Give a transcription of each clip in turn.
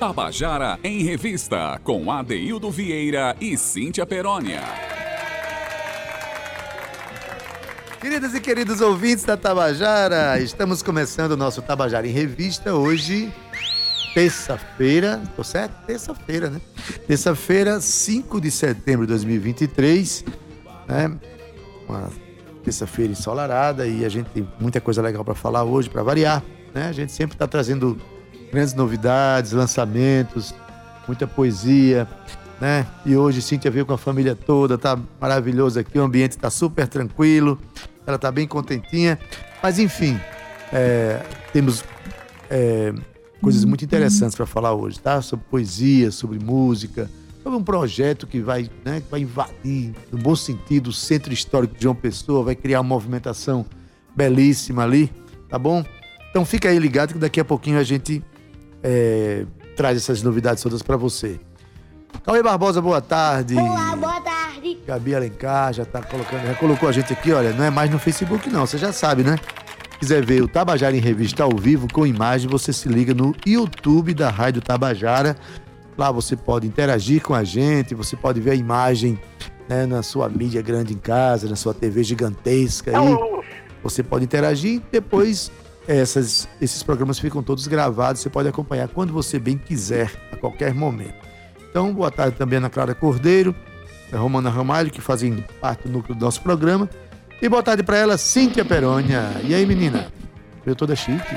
Tabajara em Revista, com Adeildo Vieira e Cíntia Perônia. Queridas e queridos ouvintes da Tabajara, estamos começando o nosso Tabajara em Revista hoje, terça-feira, tô certo? Terça-feira, né? Terça-feira, 5 de setembro de 2023, né? Uma terça-feira ensolarada e a gente tem muita coisa legal para falar hoje, para variar, né? A gente sempre está trazendo grandes novidades, lançamentos, muita poesia, né? E hoje Cíntia veio com a família toda, tá maravilhoso aqui, o ambiente tá super tranquilo, ela tá bem contentinha, mas enfim, temos coisas muito interessantes para falar hoje, tá? Sobre poesia, sobre música, sobre um projeto que vai, né, que vai invadir, no bom sentido, o centro histórico de João Pessoa, vai criar uma movimentação belíssima ali, tá bom? Então fica aí ligado que daqui a pouquinho a gente traz essas novidades todas para você. Cauê Barbosa, boa tarde. Olá, boa tarde. Gabi Alencar já colocou a gente aqui, olha, não é mais no Facebook não, você já sabe, né? Se quiser ver o Tabajara em Revista ao vivo com imagem, você se liga no YouTube da Rádio Tabajara. Lá você pode interagir com a gente, você pode ver a imagem, né, na sua mídia grande em casa, na sua TV gigantesca aí. Você pode interagir e depois esses programas ficam todos gravados, você pode acompanhar quando você bem quiser, a qualquer momento. Então, boa tarde também a Ana Clara Cordeiro, a Romana Ramalho, que fazem parte do núcleo do nosso programa. E boa tarde para ela, Cíntia Perônia. E aí, menina? Eu toda chique.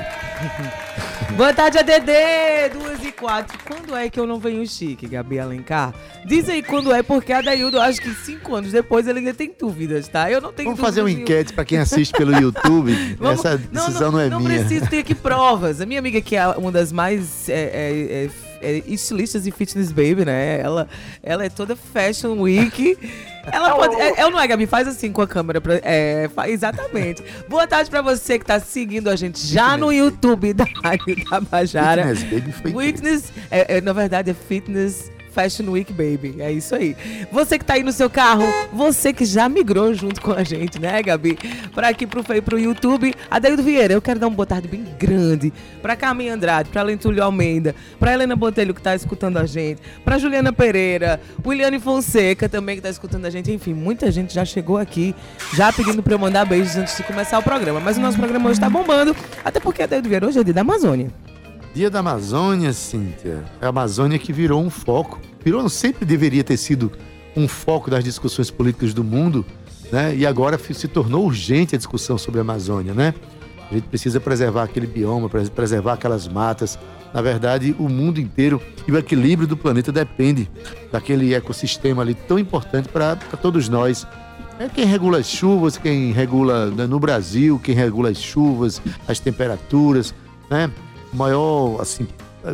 Boa tarde, ADD, 2h04. Quando é que eu não venho chique, Gabi Alencar? Diz aí quando é, porque a Adeildo, acho que 5 anos depois, ele ainda tem dúvidas, tá? Eu não tenho Vamos fazer uma enquete para quem assiste pelo YouTube. Essa decisão não é minha. Não preciso ter aqui provas. A minha amiga, que é uma das mais estilistas e fitness baby, né? Ela é toda fashion week. Ela pode... não é, Gabi? Faz assim com a câmera. Exatamente. Boa tarde pra você que tá seguindo a gente já no YouTube da Rádio Tabajara. Fitness Baby foi Witness, na verdade é Fitness Fashion Week Baby, é isso aí. Você que tá aí no seu carro, você que já migrou junto com a gente, né, Gabi? Pra aqui pro YouTube, Adeildo Vieira, eu quero dar uma boa tarde bem grande pra Carmen Andrade, pra Lentulio Almeida, pra Helena Botelho que tá escutando a gente, pra Juliana Pereira, Williane Fonseca também que tá escutando a gente, enfim, muita gente já chegou aqui, já pedindo pra eu mandar beijos antes de começar o programa, mas o nosso programa hoje tá bombando, até porque Adeildo Vieira hoje é dia da Amazônia. Dia da Amazônia, Cíntia. É a Amazônia que virou um foco. Sempre deveria ter sido um foco das discussões políticas do mundo, né? E agora se tornou urgente a discussão sobre a Amazônia, né? A gente precisa preservar aquele bioma, preservar aquelas matas. Na verdade, o mundo inteiro e o equilíbrio do planeta depende daquele ecossistema ali tão importante para todos nós. É quem regula as chuvas, quem regula, né, no Brasil, quem regula as chuvas, as temperaturas, né? Maior, assim,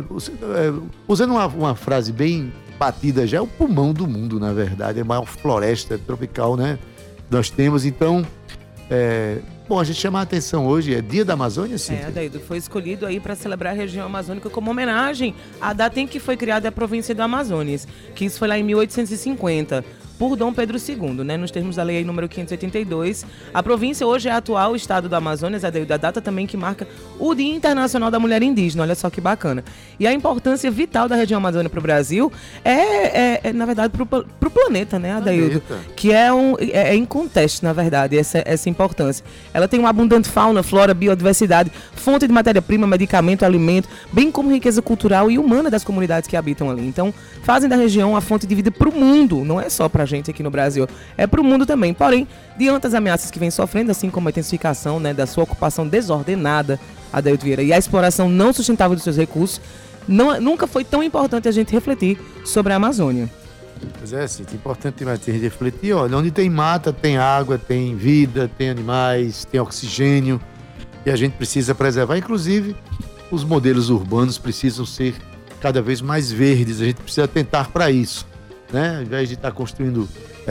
usando uma frase bem batida já, é o pulmão do mundo, na verdade, é a maior floresta tropical, né, nós temos. Então, bom, a gente chama a atenção hoje, é Dia da Amazônia, sim. Adeildo, foi escolhido aí para celebrar a região amazônica como homenagem à data em que foi criada a província do Amazonas, que isso foi lá em 1850. Por Dom Pedro II, né? Nos termos da lei aí, número 582. A província hoje é o atual estado do Amazonas, a data também que marca o Dia Internacional da Mulher Indígena, olha só que bacana. E a importância vital da região amazônica para o Brasil na verdade, para o planeta, né, Adeildo? Que é inconteste, na verdade, essa importância. Ela tem uma abundante fauna, flora, biodiversidade, fonte de matéria-prima, medicamento, alimento, bem como riqueza cultural e humana das comunidades que habitam ali. Então, fazem da região a fonte de vida para o mundo, não é só para gente aqui no Brasil, é para o mundo também. Porém, diante das ameaças que vem sofrendo, assim como a intensificação, né, da sua ocupação desordenada, Adeildo Vieira, e a exploração não sustentável dos seus recursos, nunca foi tão importante a gente refletir sobre a Amazônia. Pois é, sim, é importante a gente refletir. Olha, onde tem mata, tem água, tem vida, tem animais, tem oxigênio, e a gente precisa preservar. Inclusive, os modelos urbanos precisam ser cada vez mais verdes, a gente precisa atentar para isso, né? Ao invés de estar construindo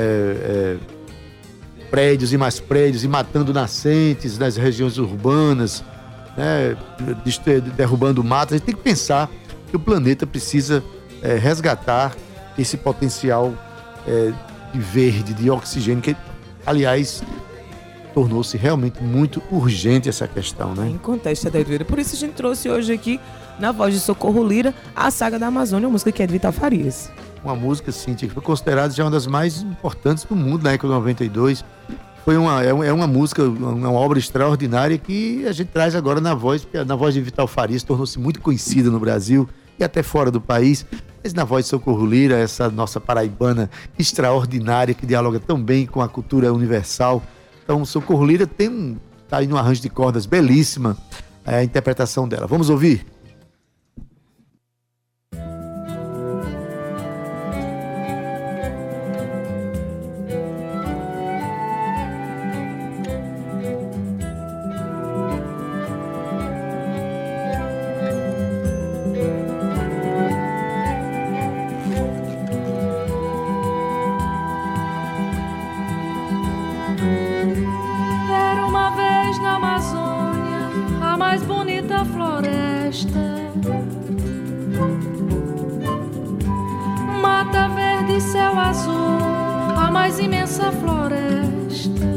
prédios e mais prédios e matando nascentes nas regiões urbanas, né? Derrubando matas, a gente tem que pensar que o planeta precisa resgatar esse potencial de verde, de oxigênio, que, aliás, tornou-se realmente muito urgente essa questão, né? Inconteste, Adeildo. Por isso a gente trouxe hoje aqui, na voz de Socorro Lira, a Saga da Amazônia, uma música que é de Vital Farias. Uma música, Cíntia, que foi considerada já uma das mais importantes do mundo na época de 92. É uma música, uma obra extraordinária que a gente traz agora na voz, porque na voz de Vital Farias tornou-se muito conhecida no Brasil e até fora do país. Mas na voz de Socorro Lira, essa nossa paraibana extraordinária que dialoga tão bem com a cultura universal. Então, Socorro Lira tá aí no arranjo de cordas belíssima a interpretação dela. Vamos ouvir? Mata verde e céu azul, a mais imensa floresta.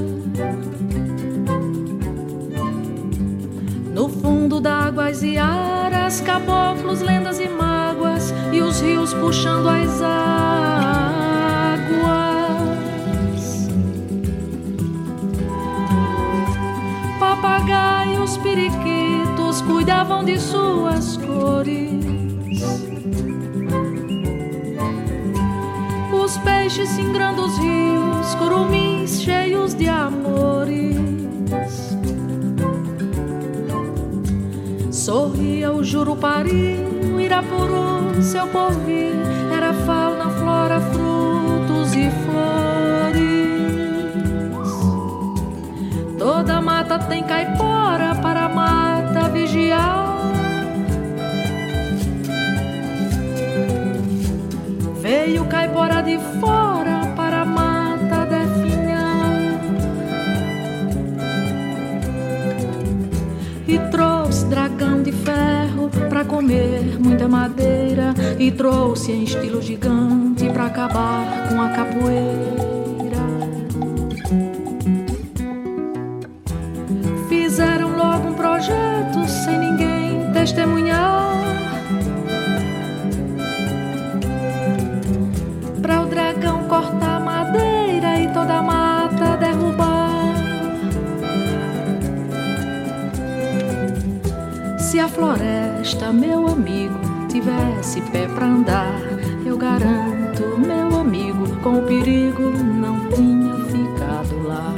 No fundo d'águas e aras, caboclos, lendas e mágoas, e os rios puxando as águas. Papagaios, periquitos cuidavam de suas cores. Os peixes singrando os rios, curumins cheios de amores. Sorria o Jurupari, o Irapuru, seu porvir. Era fauna, flora, frutos e flores. Toda mata tem caipora para a mata vigiar. Veio caipora de fora para a mata definhar e trouxe dragão de ferro para comer muita madeira e trouxe em estilo gigante para acabar com a capoeira. Fizeram logo um projeto sem ninguém testemunhar para o dragão cortar madeira e toda a mata derrubar. Se a floresta, meu amigo, tivesse pé pra andar, eu garanto, meu amigo, com o perigo não tinha ficado lá.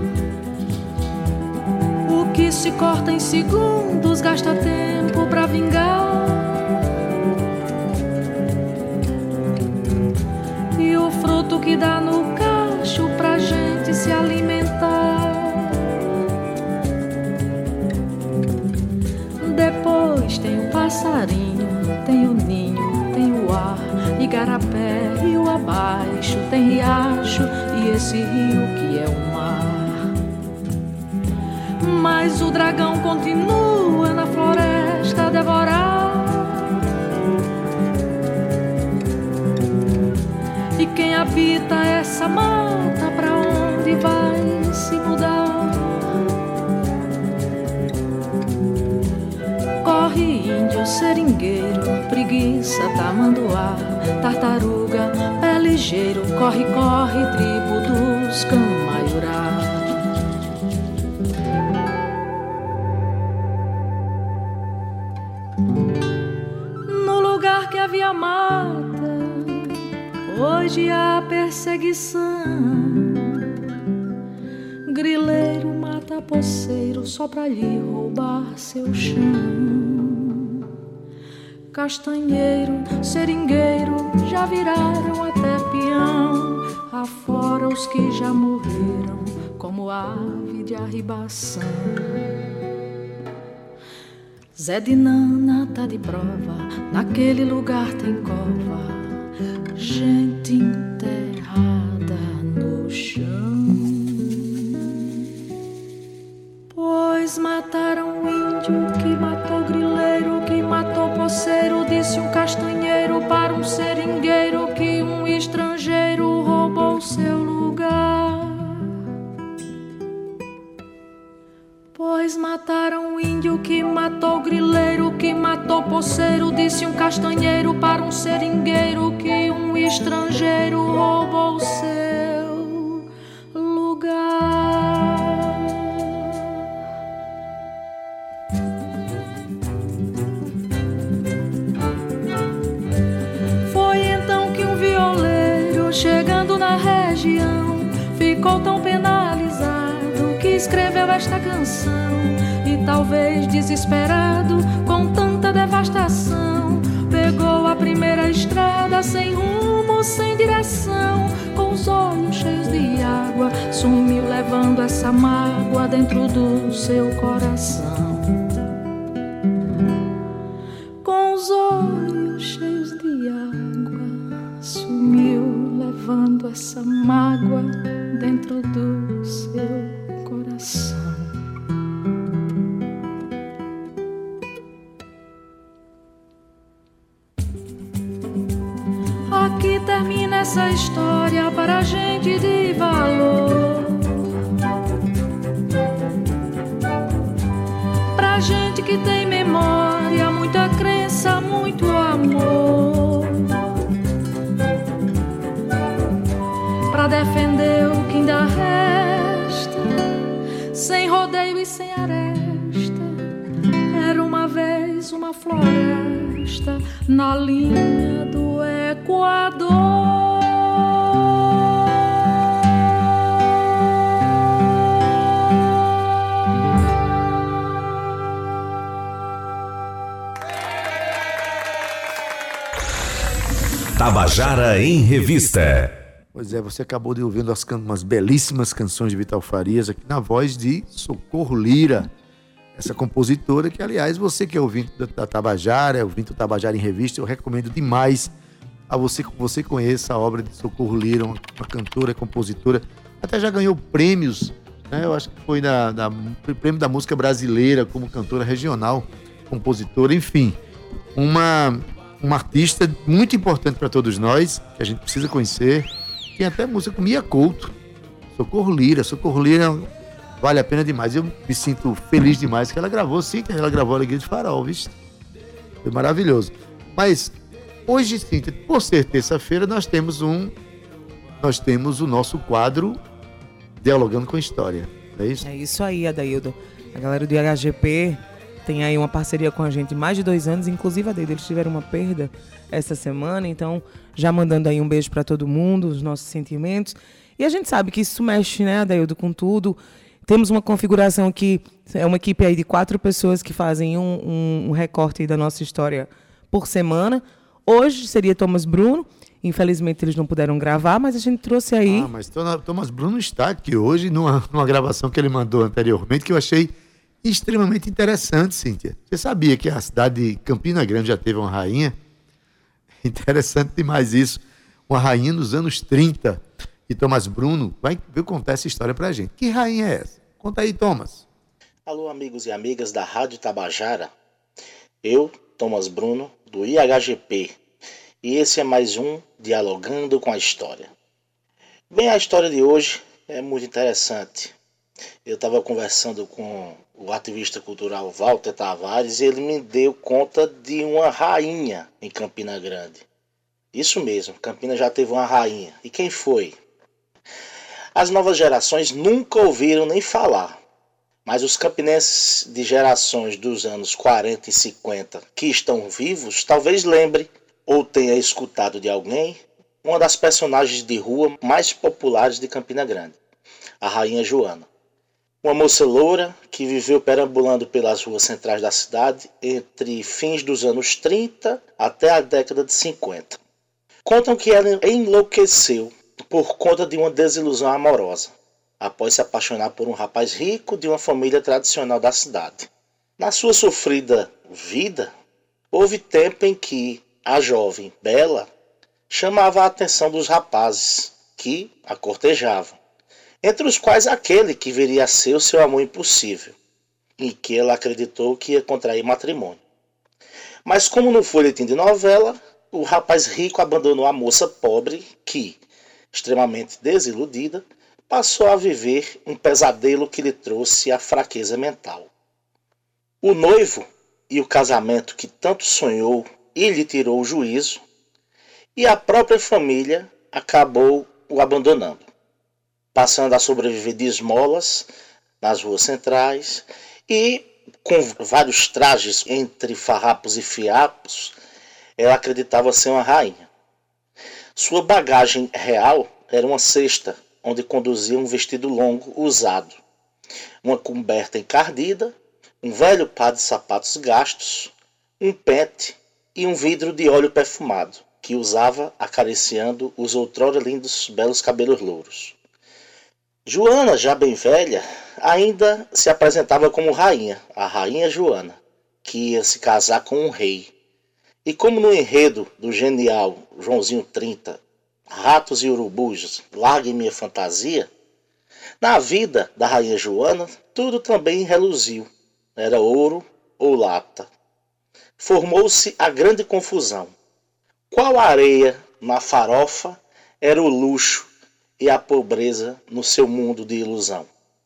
O que se corta em segundos gasta tempo pra vingar. E o fruto que dá no cacho pra gente se alimentar. Depois tem o passarinho, tem o ninho, tem o ar, igarapé, rio abaixo, tem riacho e esse rio que é o mar. Mas o dragão continua na floresta a devorar. E quem habita essa mata, pra onde vai se mudar? Corre índio, seringueiro, preguiça, tamanduá, tartaruga, pé ligeiro, corre, corre, tribo dos Camaiurá. No lugar que havia mata, hoje há perseguição. Grileiro mata poceiro só pra lhe roubar seu chão. Castanheiro, seringueiro já viraram até peão. Afora os que já morreram como ave de arribação. Zé de Nana tá de prova, naquele lugar tem cova, gente enterrada no chão. Pois mataram o índio que matou o grileiro, que matou o poceiro, disse um castanheiro para um seringueiro que um estrangeiro roubou seu lugar. poceiro, disse um castanheiro para um seringueiro que um estrangeiro roubou seu lugar. Foi então que um violeiro, chegando na região, ficou tão penalizado que escreveu esta canção. E talvez desesperado com tanta devastação, pegou a primeira estrada sem rumo, sem direção. Com os olhos cheios de água, sumiu levando essa mágoa dentro do seu coração. Com os olhos cheios de água, sumiu levando essa mágoa dentro do seu coração. Aqui termina essa história para a gente de valor, pra gente que tem memória, muita crença, muito amor, pra defender o que ainda resta, sem rodeio e sem aresta. Era uma vez uma floresta na linha do Equador. Tabajara em Revista. Pois é, você acabou de ouvir umas belíssimas canções de Vital Farias aqui na voz de Socorro Lira, essa compositora que, aliás, você que é ouvinte da Tabajara, é ouvinte do Tabajara em Revista, eu recomendo demais a você que você conheça a obra de Socorro Lira, uma cantora, compositora, até já ganhou prêmios, né? Eu acho que foi prêmio da música brasileira como cantora regional, compositora, enfim, uma artista muito importante para todos nós, que a gente precisa conhecer. Tem até música com Mia Couto, Socorro Lira vale a pena demais. Eu me sinto feliz demais que ela gravou, Cíntia, ela gravou Alegria de Farol, viu? Foi maravilhoso. Mas hoje, Cíntia, por ser terça-feira, nós temos o nosso quadro Dialogando com a História, não é isso? É isso aí, Adaildo. A galera do IHGP tem aí uma parceria com a gente de mais de 2 anos, inclusive, Adaildo, eles tiveram uma perda essa semana, então já mandando aí um beijo para todo mundo, os nossos sentimentos. E a gente sabe que isso mexe, né, Adaildo, com tudo. Temos uma configuração que é uma equipe aí de 4 pessoas que fazem um recorte aí da nossa história por semana. Hoje seria Thomas Bruno. Infelizmente eles não puderam gravar, mas a gente trouxe aí... mas Thomas Bruno está aqui hoje numa gravação que ele mandou anteriormente, que eu achei extremamente interessante, Cíntia. Você sabia que a cidade de Campina Grande já teve uma rainha? Interessante demais isso. Uma rainha nos anos 30. E Thomas Bruno vai contar essa história pra gente. Que rainha é essa? Conta aí, Thomas. Alô, amigos e amigas da Rádio Tabajara. Eu, Thomas Bruno, do IHGP. E esse é mais um Dialogando com a História. Bem, a história de hoje é muito interessante. Eu estava conversando com o ativista cultural Walter Tavares e ele me deu conta de uma rainha em Campina Grande. Isso mesmo, Campina já teve uma rainha. E quem foi? As novas gerações nunca ouviram nem falar, mas os campinenses de gerações dos anos 40 e 50 que estão vivos talvez lembrem ou tenha escutado de alguém uma das personagens de rua mais populares de Campina Grande, a Rainha Joana. Uma moça loura que viveu perambulando pelas ruas centrais da cidade entre fins dos anos 30 até a década de 50. Contam que ela enlouqueceu por conta de uma desilusão amorosa, após se apaixonar por um rapaz rico de uma família tradicional da cidade. Na sua sofrida vida, houve tempo em que a jovem Bela chamava a atenção dos rapazes que a cortejavam, entre os quais aquele que viria a ser o seu amor impossível, em que ela acreditou que ia contrair matrimônio. Mas como no folhetim de novela, o rapaz rico abandonou a moça pobre que, extremamente desiludida, passou a viver um pesadelo que lhe trouxe a fraqueza mental. O noivo, e o casamento que tanto sonhou e lhe tirou o juízo, e a própria família acabou o abandonando, passando a sobreviver de esmolas nas ruas centrais e com vários trajes entre farrapos e fiapos. Ela acreditava ser uma rainha. Sua bagagem real era uma cesta onde conduzia um vestido longo usado, uma coberta encardida, um velho par de sapatos gastos, um pente e um vidro de óleo perfumado, que usava acariciando os outrora lindos belos cabelos louros. Joana, já bem velha, ainda se apresentava como rainha, a rainha Joana, que ia se casar com um rei. E como no enredo do genial Joãozinho 30, Ratos e Urubus, largue minha fantasia, na vida da rainha Joana, tudo também reluziu. Era ouro ou lata. Formou-se a grande confusão. Qual areia na farofa era o luxo e a pobreza no seu mundo de ilusão?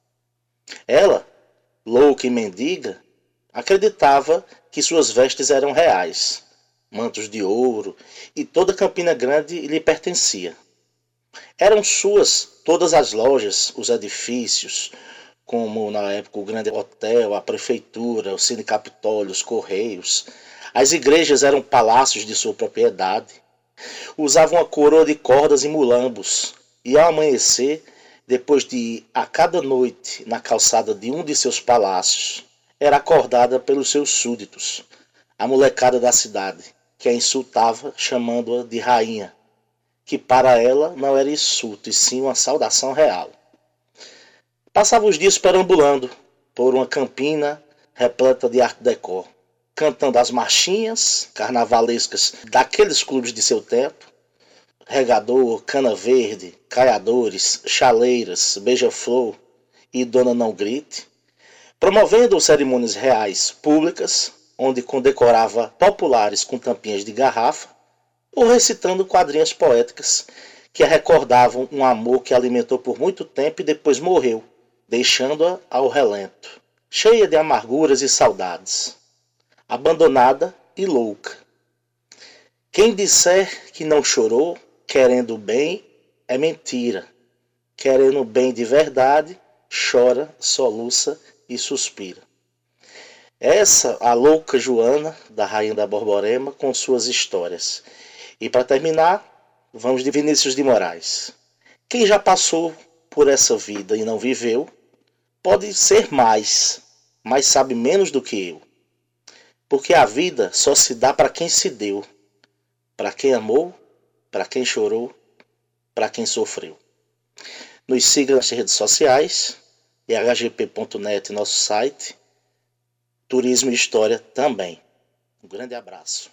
Ela, louca e mendiga, acreditava que suas vestes eram reais, mantos de ouro, e toda Campina Grande lhe pertencia. Eram suas todas as lojas, os edifícios, como na época o Grande Hotel, a Prefeitura, o Cine Capitólio, os Correios. As igrejas eram palácios de sua propriedade. Usavam a coroa de cordas e mulambos, e ao amanhecer, depois de ir a cada noite na calçada de um de seus palácios, era acordada pelos seus súditos, a molecada da cidade, que a insultava chamando-a de rainha, que para ela não era insulto, e sim uma saudação real. Passava os dias perambulando por uma Campina repleta de art déco, cantando as marchinhas carnavalescas daqueles clubes de seu tempo, Regador, Cana Verde, Caiadores, Chaleiras, Beija-Flor e Dona Não Grite, promovendo cerimônias reais públicas, onde condecorava populares com tampinhas de garrafa, ou recitando quadrinhas poéticas que a recordavam um amor que alimentou por muito tempo e depois morreu, deixando-a ao relento, cheia de amarguras e saudades, abandonada e louca. Quem disser que não chorou, querendo o bem, é mentira. Querendo o bem de verdade, chora, soluça e suspira. Essa, a louca Joana, da Rainha da Borborema, com suas histórias. E para terminar, vamos de Vinícius de Moraes. Quem já passou por essa vida e não viveu, pode ser mais, mas sabe menos do que eu. Porque a vida só se dá para quem se deu, para quem amou, para quem chorou, para quem sofreu. Nos siga nas redes sociais, ihgp.net, nosso site, Turismo e História também. Um grande abraço.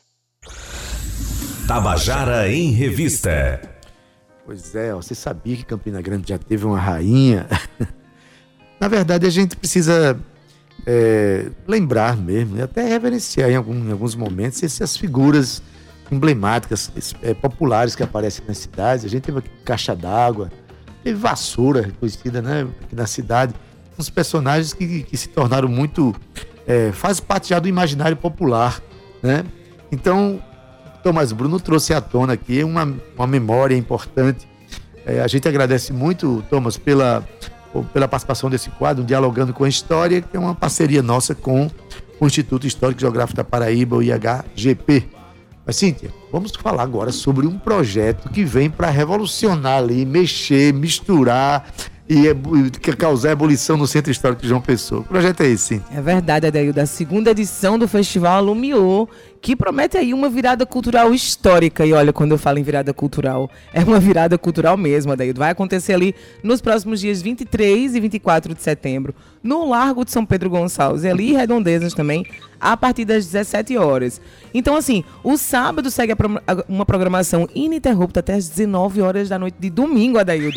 Tabajara em Revista. Pois é, você sabia que Campina Grande já teve uma rainha? Na verdade, a gente precisa lembrar mesmo, e até reverenciar em alguns momentos essas figuras emblemáticas, populares que aparecem nas cidades. A gente teve aqui Caixa d'Água, teve Vassoura, conhecida, né, aqui na cidade. Uns personagens que se tornaram muito... faz parte já do imaginário popular, né? Então, Tomás Bruno trouxe à tona aqui uma memória importante. A gente agradece muito, Thomas, pela participação desse quadro, Dialogando com a História, que é uma parceria nossa com o Instituto Histórico e Geográfico da Paraíba, o IHGP. Mas, Cíntia, vamos falar agora sobre um projeto que vem para revolucionar ali, mexer, misturar e causar ebulição no Centro Histórico de João Pessoa. O projeto é esse, Cíntia. É verdade, Adaildo, da segunda edição do Festival Alumiou, que promete aí uma virada cultural histórica. E olha, quando eu falo em virada cultural, é uma virada cultural mesmo, Adaildo. Vai acontecer ali nos próximos dias 23 e 24 de setembro, no Largo de São Pedro Gonçalves, e ali em Redondezas também, a partir das 17 horas. Então, assim, o sábado segue uma programação ininterrupta até as 19 horas da noite de domingo, Adaildo.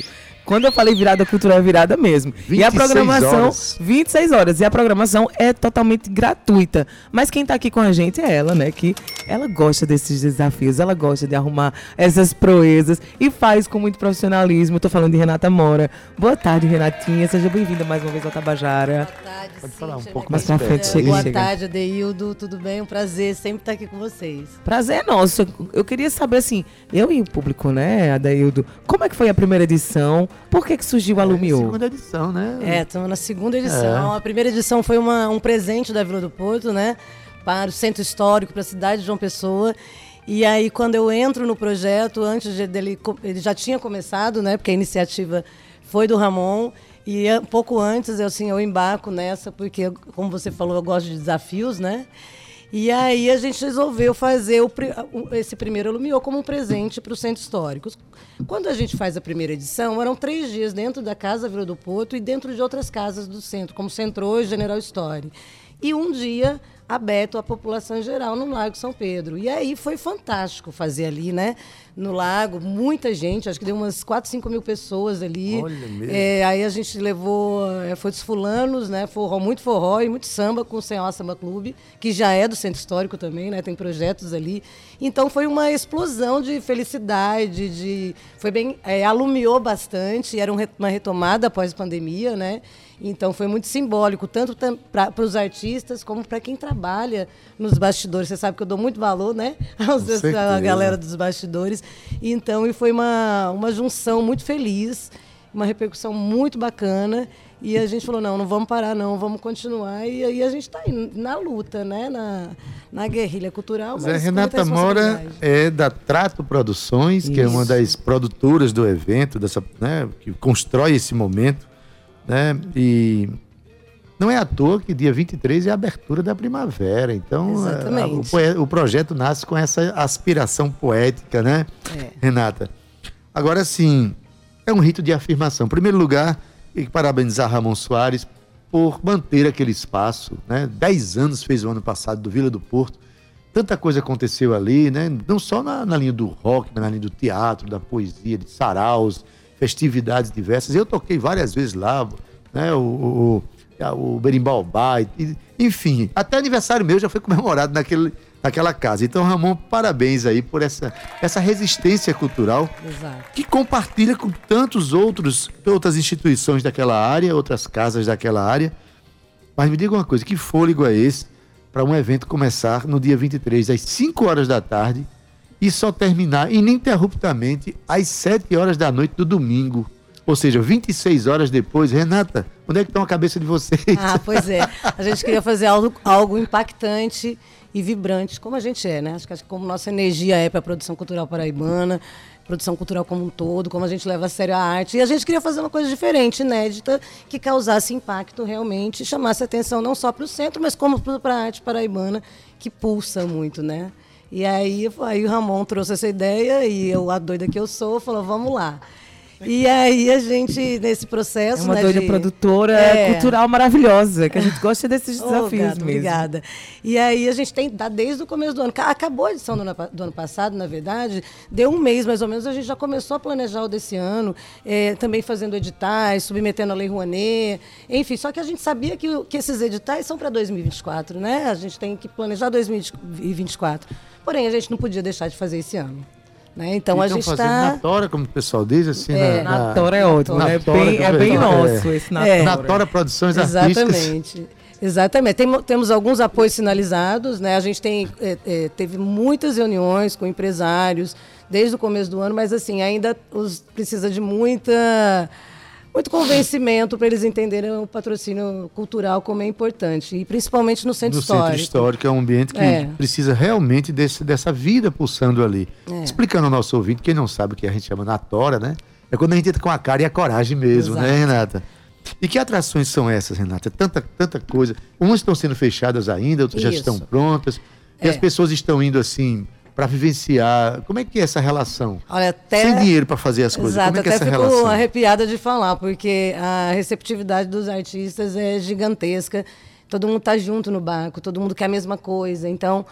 Quando eu falei virada cultural, é virada mesmo. E a 26 programação, horas. 26 horas. E a programação é totalmente gratuita. Mas quem tá aqui com a gente é ela, né? Que ela gosta desses desafios, ela gosta de arrumar essas proezas e faz com muito profissionalismo. Eu tô falando de Renata Mora. Boa tarde, Renatinha. Seja bem-vinda mais uma vez ao Tabajara. Boa tarde, Pode falar um Cíntia, pouco minha mais pra querida. frente, chega, Boa chega. tarde, Adeildo. Tudo bem? Um prazer sempre estar aqui com vocês. Prazer é nosso. Eu queria saber, assim, eu e o público, né, Adaildo, como é que foi a primeira edição? Por que surgiu a Lumiô? Segunda edição, né? Estamos na segunda edição. A primeira edição foi um presente da Vila do Porto, né? Para o Centro Histórico, para a cidade de João Pessoa. E aí, quando eu entro no projeto, dele, ele já tinha começado, né? Porque a iniciativa foi do Ramon. E um pouco antes, eu embarco nessa, porque, como você falou, eu gosto de desafios, né? E aí a gente resolveu fazer esse primeiro Lumiô como um presente para o Centro Histórico. Quando a gente faz a primeira edição, eram 3 dias dentro da Casa Vila do Porto e dentro de outras casas do centro, como Centro e General Story. E um dia aberto à população em geral no Lago São Pedro. E aí foi fantástico fazer ali, né? No lago, muita gente, acho que deu umas 4, 5 mil pessoas ali. Olha mesmo. Aí a gente levou, foi dos fulanos, né? Forró, muito forró e muito samba com o Senhor Samba Clube, que já é do Centro Histórico também, né? Tem projetos ali. Então foi uma explosão de felicidade, foi bem, alumiou bastante, era uma retomada após a pandemia, né? Então foi muito simbólico, tanto para os artistas como para quem trabalha nos bastidores. Você sabe que eu dou muito valor, né? A galera dos bastidores. Então, e foi uma junção muito feliz, uma repercussão muito bacana. E a gente falou, não vamos parar, não, vamos continuar. E aí a gente está na luta, né? Na guerrilha cultural. Mas Renata Mora é da Trato Produções, que é uma das produtoras do evento, né, que constrói esse momento. Né? E não é à toa que dia 23 é a abertura da primavera. Então, o projeto nasce com essa aspiração poética, né, Renata? Agora, sim, é um rito de afirmação. Em primeiro lugar, tem que parabenizar Ramon Soares por manter aquele espaço, né? 10 anos fez o ano passado do Vila do Porto. Tanta coisa aconteceu ali, né? Não só na linha do rock, mas na linha do teatro, da poesia, de saraus, festividades diversas. Eu toquei várias vezes lá, né? O Berimbaubá, enfim, até aniversário meu já foi comemorado naquela casa. Então, Ramon, parabéns aí por essa resistência cultural. Exato. Que compartilha com outras instituições daquela área, outras casas daquela área. Mas me diga uma coisa, que fôlego é esse para um evento começar no dia 23, às 5 horas da tarde, e só terminar ininterruptamente às 7 horas da noite do domingo. Ou seja, 26 horas depois. Renata, onde é que está a cabeça de vocês? Pois é. A gente queria fazer algo impactante e vibrante, como a gente é, né? Acho que como nossa energia é para a produção cultural paraibana, produção cultural como um todo, como a gente leva a sério a arte. E a gente queria fazer uma coisa diferente, inédita, que causasse impacto realmente, chamasse atenção não só para o centro, mas como para a arte paraibana, que pulsa muito, né? E aí o Ramon trouxe essa ideia e eu, a doida que eu sou, falou, vamos lá. E aí a gente, nesse processo... É uma doida produtora cultural maravilhosa, que a gente gosta desses desafios mesmo. Obrigada. E aí a gente dá desde o começo do ano. Acabou a edição do ano passado, na verdade, deu um mês mais ou menos, a gente já começou a planejar o desse ano, também fazendo editais, submetendo a Lei Rouanet, enfim, só que a gente sabia que esses editais são para 2024, né? A gente tem que planejar 2024. Porém, a gente não podia deixar de fazer esse ano. Né? Então a gente está na tora, como o pessoal diz, assim. Na tora é ótimo, né? É bem nosso esse na tora. Na tora Produções Artísticas. Exatamente. Temos alguns apoios sinalizados, né? A gente teve muitas reuniões com empresários desde o começo do ano, mas assim, ainda precisa de muito convencimento para eles entenderem o patrocínio cultural como é importante, e principalmente no Centro Histórico. No Centro Histórico é um ambiente que precisa realmente dessa vida pulsando ali. Explicando ao nosso ouvinte, quem não sabe o que a gente chama na tora, né? É quando a gente entra com a cara e a coragem mesmo, né, Renata? E que atrações são essas, Renata? Tanta coisa. Umas estão sendo fechadas ainda, outras já estão prontas. E as pessoas estão indo assim para vivenciar. Como é que é essa relação? Olha, sem dinheiro para fazer as coisas. Exato, como é que é essa até relação? Fico arrepiada de falar, porque a receptividade dos artistas é gigantesca. Todo mundo está junto no barco, todo mundo quer a mesma coisa. Então,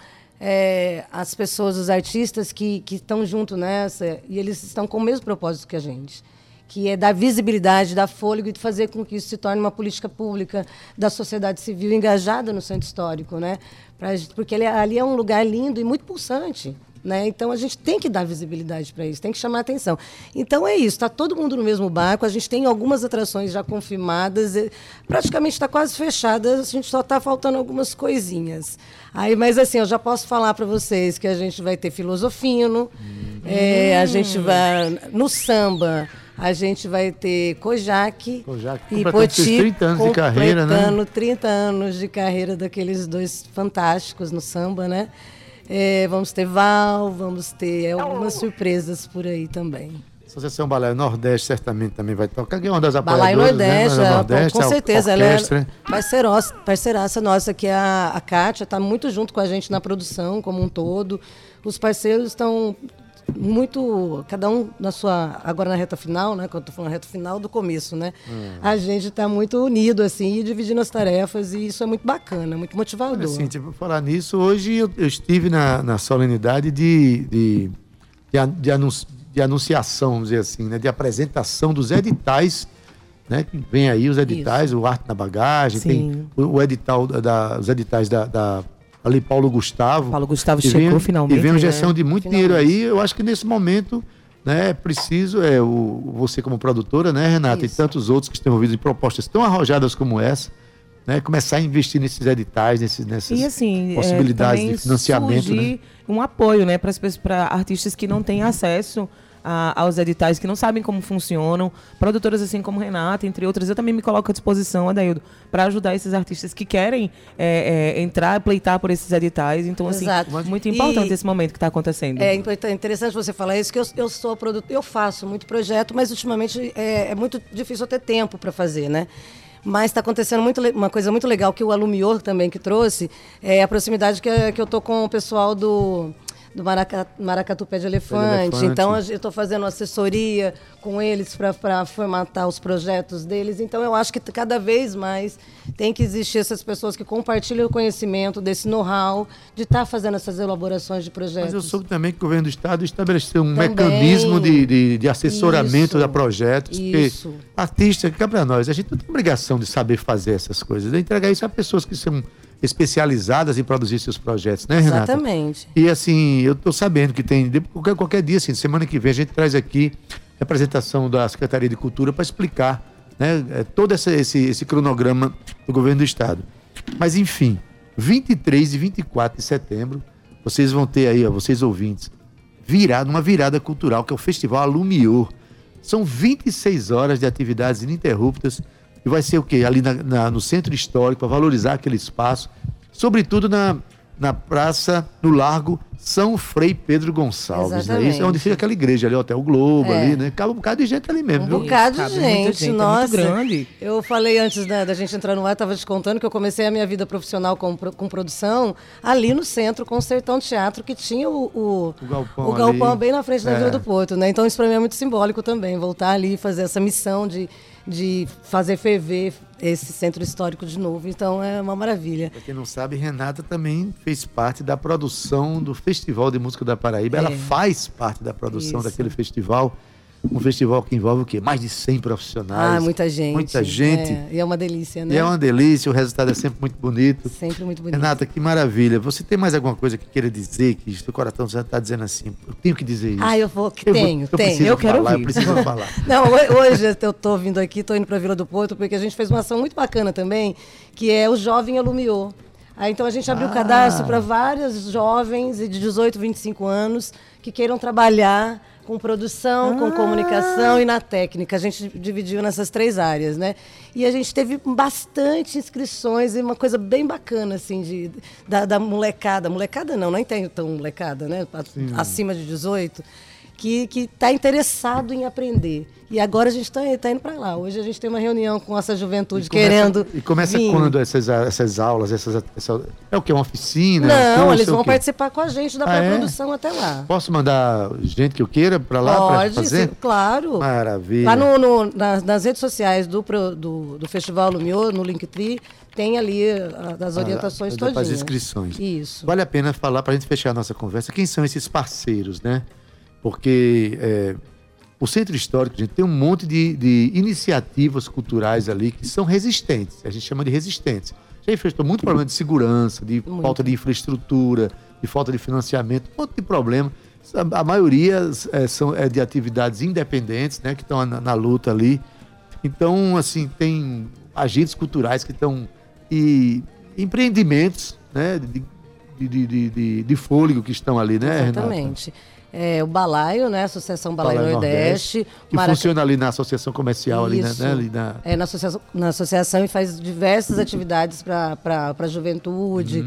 as pessoas, os artistas que estão junto nessa, e eles estão com o mesmo propósito que a gente, que é dar visibilidade, dar fôlego e fazer com que isso se torne uma política pública da sociedade civil engajada no centro histórico, né? Porque ali é um lugar lindo e muito pulsante, né? Então a gente tem que dar visibilidade para isso, tem que chamar a atenção. Então é isso, está todo mundo no mesmo barco, a gente tem algumas atrações já confirmadas, praticamente está quase fechada, a gente só está faltando algumas coisinhas. Mas assim, eu já posso falar para vocês que a gente vai ter Filosofino, a gente vai no samba, a gente vai ter Kojak e Poti, 30 anos de carreira, né? 30 anos de carreira daqueles dois fantásticos no samba, né? Vamos ter Val, vamos ter algumas surpresas por aí também. Associação Balaio Nordeste certamente também vai tocar. Que é uma das Balaio apoiadoras, Nordeste, com certeza. Ela orquestra. É parceiraça nossa, que é a Kátia, está muito junto com a gente na produção como um todo. Os parceiros estão muito, cada um agora na reta final, né? Quando eu estou falando reta final do começo, né? A gente está muito unido, assim, e dividindo as tarefas, e isso é muito bacana, muito motivador. Assim, por falar nisso, hoje eu estive na solenidade de anunciação, vamos dizer assim, né? De apresentação dos editais, né? Que vem aí os editais, isso. O Arte na Bagagem, sim. Tem o edital, os editais ali Paulo Gustavo chegou finalmente. E vem uma injeção de muito dinheiro aí. Eu acho que nesse momento, né, é preciso, você como produtora, né, Renata, isso. E tantos outros que estão envolvidos em propostas tão arrojadas como essa, né, começar a investir nesses editais, nessas e, assim, possibilidades de financiamento. Né? Um apoio, né, para artistas que não têm acesso aos editais, que não sabem como funcionam, produtoras assim como Renata, entre outras. Eu também me coloco à disposição, Adaildo, para ajudar esses artistas que querem entrar, pleitar por esses editais. Então, assim, muito importante esse momento que está acontecendo. É interessante você falar isso, que eu sou produtora, eu faço muito projeto, mas ultimamente é muito difícil eu ter tempo para fazer, né? Mas está acontecendo uma coisa muito legal que o Alumior também que trouxe, é a proximidade que eu tô com o pessoal do Maracatu Pé de Elefante. Então, eu estou fazendo assessoria com eles para formatar os projetos deles. Então, eu acho que cada vez mais tem que existir essas pessoas que compartilham o conhecimento desse know-how de estar fazendo essas elaborações de projetos. Mas eu soube também que o governo do Estado estabeleceu um mecanismo de assessoramento a projetos. Isso. Porque artista, cá para nós, a gente não tem obrigação de saber fazer essas coisas, de entregar isso a pessoas que são especializadas em produzir seus projetos, né, Renata? Exatamente. E assim, eu estou sabendo que tem, qualquer dia, assim, semana que vem, a gente traz aqui a representação da Secretaria de Cultura para explicar, né, todo esse cronograma do governo do Estado. Mas, enfim, 23 e 24 de setembro, vocês vão ter aí, vocês ouvintes, uma virada cultural, que é o Festival Alumior. São 26 horas de atividades ininterruptas. E vai ser o quê? Ali no Centro Histórico, para valorizar aquele espaço. Sobretudo na praça, no Largo São Frei Pedro Gonçalves. Né? Isso é onde fica aquela igreja ali, o Hotel Globo, ali, né? Cabe um bocado de gente ali mesmo. Um bocado de gente, nossa. É muito grande. Eu falei antes da gente entrar no ar, estava te contando que eu comecei a minha vida profissional com produção ali no centro, com o Sertão Teatro, que tinha o galpão bem na frente da Vila do Porto. Né? Então isso para mim é muito simbólico também, voltar ali e fazer essa missão de fazer ferver esse centro histórico de novo. Então é uma maravilha. Pra quem não sabe, Renata também fez parte da produção do Festival de Música da Paraíba. Ela faz parte da produção daquele festival. Um festival que envolve o quê? Mais de 100 profissionais. Muita gente. Muita gente. E é uma delícia, né? E é uma delícia, o resultado é sempre muito bonito. Sempre muito bonito. Renata, que maravilha. Você tem mais alguma coisa que queira dizer, que o coração já está dizendo assim, eu tenho que dizer isso? Eu quero ouvir. Eu preciso falar. Não, hoje eu estou vindo aqui, estou indo para a Vila do Porto, porque a gente fez uma ação muito bacana também, que é o Jovem Alumiou. Então a gente abriu o cadastro para vários jovens de 18, 25 anos que queiram trabalhar com produção, com comunicação e na técnica. A gente dividiu nessas 3 áreas, né? E a gente teve bastante inscrições e uma coisa bem bacana, assim, da molecada. Molecada não tem tão molecada, né? Acima de 18, que está interessado em aprender. E agora a gente está indo para lá. Hoje a gente tem uma reunião com essa juventude querendo. E começa quando essas aulas? É o quê? Uma oficina? Não, eles vão participar com a gente da pré-produção até lá. Posso mandar gente que eu queira para lá para fazer? Sim, claro. Maravilha. Lá nas redes sociais do Festival Alumior, no Linktree, tem ali as orientações todinhas. As inscrições. Isso. Vale a pena falar, para a gente fechar a nossa conversa, quem são esses parceiros, né? Porque O Centro Histórico, gente, tem um monte de iniciativas culturais ali que são resistentes, a gente chama de resistentes. Já enfrentou muito problema de segurança, de falta de infraestrutura, de falta de financiamento, um monte de problema. A maioria são de atividades independentes, né, que estão na luta ali. Então, assim, tem agentes culturais que estão... e empreendimentos, né, de fôlego que estão ali, né, Exatamente. O Balaio, né? Associação Balaio Nordeste. Que funciona ali na associação comercial. Isso. Ali, né? Na associação e faz diversas atividades para a juventude,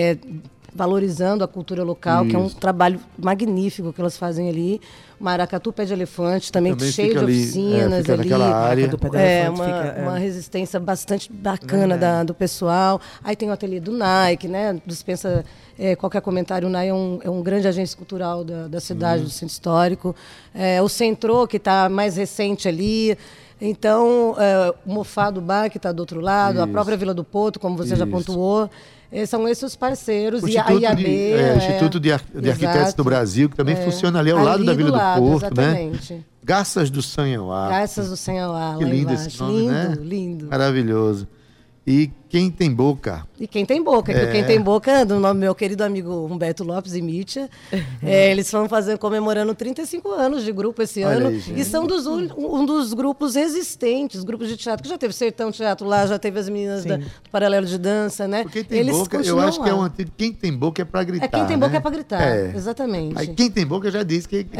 valorizando a cultura local, que é um trabalho magnífico que elas fazem ali. Maracatu Pé de Elefante, também cheio de oficinas fica ali. Naquela área. Uma resistência bastante bacana do pessoal. Aí tem o ateliê do Nike, né? Dispensa qualquer comentário. O Nike é um grande agente cultural da cidade, do Centro Histórico. O Centro, que está mais recente ali. Então, o Mofá do Bar, que está do outro lado, a própria Vila do Porto, como você já pontuou. São esses os parceiros. O Instituto de Arquitetos do Brasil, que também funciona ali ao lado da Vila do Porto, exatamente. Né? Garças do Sanhauá. Garças do Sanhauá, que lá lindo embaixo. Esse nome, lindo, né? Lindo. Maravilhoso. E Quem Tem Boca. E Quem Tem Boca, que o Quem Tem Boca, do meu querido amigo Humberto Lopes e Mítia, eles estão comemorando 35 anos de grupo esse ano. Aí, e são um dos grupos resistentes, grupos de teatro, que já teve Sertão Teatro lá, já teve as meninas do Paralelo de Dança, né? Porque Quem Tem Boca, eu acho que é um antigo. Quem Tem Boca é pra gritar. Quem Tem Boca né? é pra gritar, exatamente. Aí Quem Tem Boca já disse quem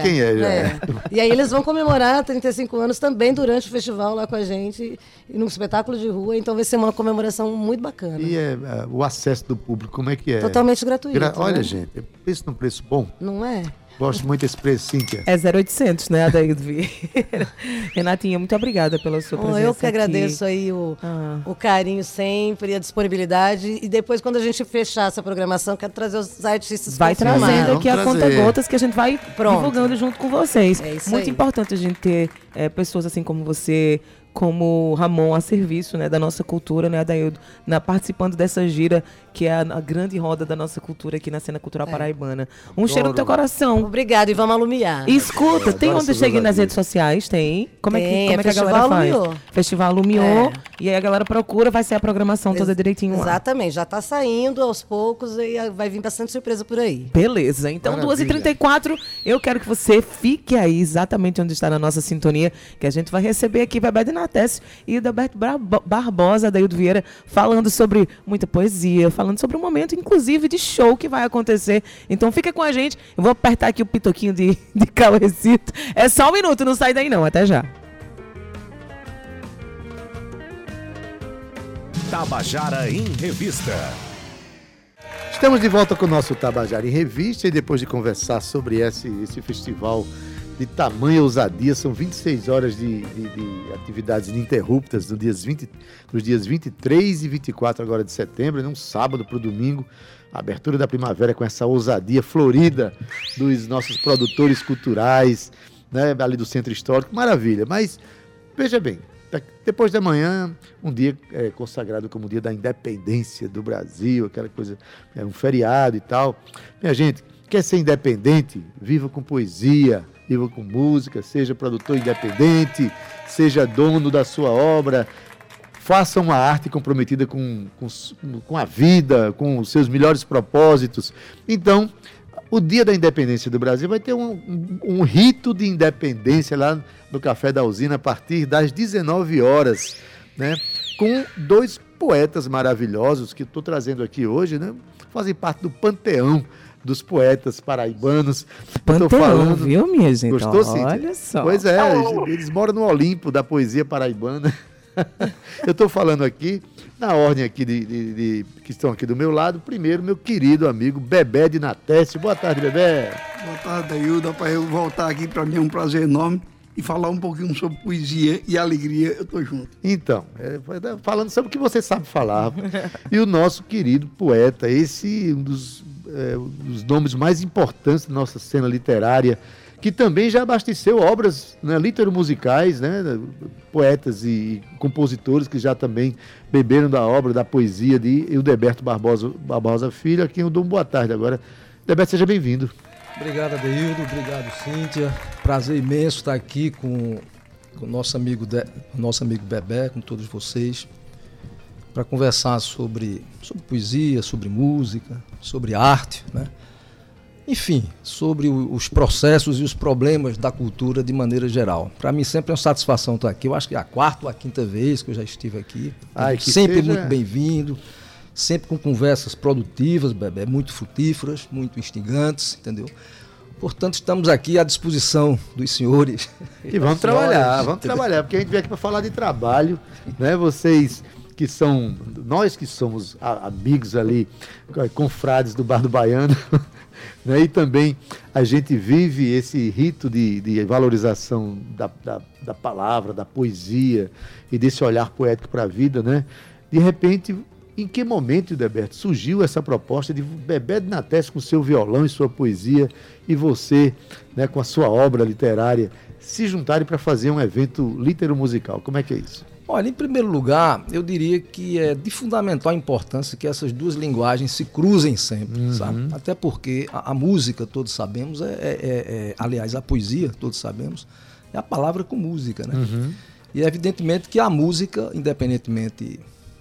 é. E aí eles vão comemorar 35 anos também durante o festival lá com a gente, num espetáculo de rua, então vai ser uma comemoração muito bacana. E o acesso do público, como é que é? Totalmente gratuito. Olha, né? gente, eu penso num preço bom. Não é? Gosto muito desse preço, Cíntia. É 0800, né, Adaildo Vieira? Renatinha, muito obrigada pela sua presença. Eu que agradeço aí o carinho sempre, a disponibilidade. E depois, quando a gente fechar essa programação, quero trazer os artistas. Vai trazendo aqui a conta-gotas que a gente vai divulgando junto com vocês. É isso muito aí. importante a gente ter pessoas assim como você, como Ramon, a serviço, né, da nossa cultura, né, Adaildo, participando dessa gira, que é a grande roda da nossa cultura aqui na cena cultural paraibana. Cheiro no teu coração. Obrigada, e vamos alumiar. Escuta, tem onde seguir nas redes sociais? Tem? Como é que a galera faz? Festival Lumiô. E aí a galera procura, vai ser a programação toda direitinho lá. Exatamente, já está saindo aos poucos e vai vir bastante surpresa por aí. Beleza, então 2h34, eu quero que você fique aí exatamente onde está na nossa sintonia, que a gente vai receber aqui Bebé de Natécio e Adalberto Barbosa, Adaildo Vieira, falando sobre muita poesia, falando sobre um momento, inclusive, de show que vai acontecer. Então fica com a gente, eu vou apertar aqui o pitoquinho de Cauecito. É só um minuto, não sai daí não, até já. Tabajara em Revista. Estamos de volta com o nosso Tabajara em Revista e depois de conversar sobre esse festival de tamanha ousadia, são 26 horas de atividades ininterruptas nos dias 23 e 24 agora de setembro, né? Um sábado para o domingo, a abertura da primavera com essa ousadia florida dos nossos produtores culturais, né? Ali do Centro Histórico, maravilha. Mas, veja bem, depois da manhã, um dia consagrado como o Dia da Independência do Brasil, aquela coisa, um feriado e tal. Minha gente, quer ser independente? Viva com poesia, viva com música, seja produtor independente, seja dono da sua obra, faça uma arte comprometida com a vida, com os seus melhores propósitos. Então, o Dia da Independência do Brasil vai ter um rito de independência lá no Café da Usina a partir das 19 horas, né? Com dois poetas maravilhosos que estou trazendo aqui hoje, né? Fazem parte do panteão dos poetas paraibanos. Panteão, viu, minha gente? Gostou, Cíntia? Olha só. Pois é, eles moram no Olimpo da poesia paraibana. Eu estou falando aqui, na ordem aqui que estão aqui do meu lado, primeiro, meu querido amigo Bebé de Natécio. Boa tarde, Bebé. Boa tarde, Adaildo. Para eu voltar aqui, para mim é um prazer enorme. E falar um pouquinho sobre poesia e alegria, eu estou junto. Então, falando sobre o que você sabe falar. E o nosso querido poeta, um dos nomes mais importantes da nossa cena literária, que também já abasteceu obras, né, litero-musicais, né, poetas e compositores que já também beberam da obra, da poesia de Adalberto Barbosa Filho, a quem eu dou uma boa tarde agora. Adalberto, seja bem-vindo. Obrigado, Adeildo. Obrigado, Cíntia. Prazer imenso estar aqui com o nosso amigo Bebé, com todos vocês, para conversar sobre poesia, sobre música, sobre arte, né? Enfim, sobre os processos e os problemas da cultura de maneira geral. Para mim sempre é uma satisfação estar aqui. Eu acho que é a 4ª ou a 5ª vez que eu já estive aqui. Sempre muito bem-vindo, sempre com conversas produtivas, Bebé, muito frutíferas, muito instigantes, entendeu? Portanto, estamos aqui à disposição dos senhores. E vamos trabalhar, porque a gente veio aqui para falar de trabalho, né? Vocês que são, nós que somos amigos ali, confrades do Bar do Baiano, né? E também a gente vive esse rito de valorização da palavra, da poesia e desse olhar poético para a vida, né? De repente, em que momento, Hildeberto, surgiu essa proposta de Bebé de Natés com seu violão e sua poesia e você, né, com a sua obra literária, se juntarem para fazer um evento litero-musical? Como é que é isso? Olha, em primeiro lugar, eu diria que é de fundamental importância que essas duas linguagens se cruzem sempre, sabe? Até porque a música, todos sabemos, aliás, a poesia, todos sabemos, é a palavra com música, né? E é evidentemente que a música, independentemente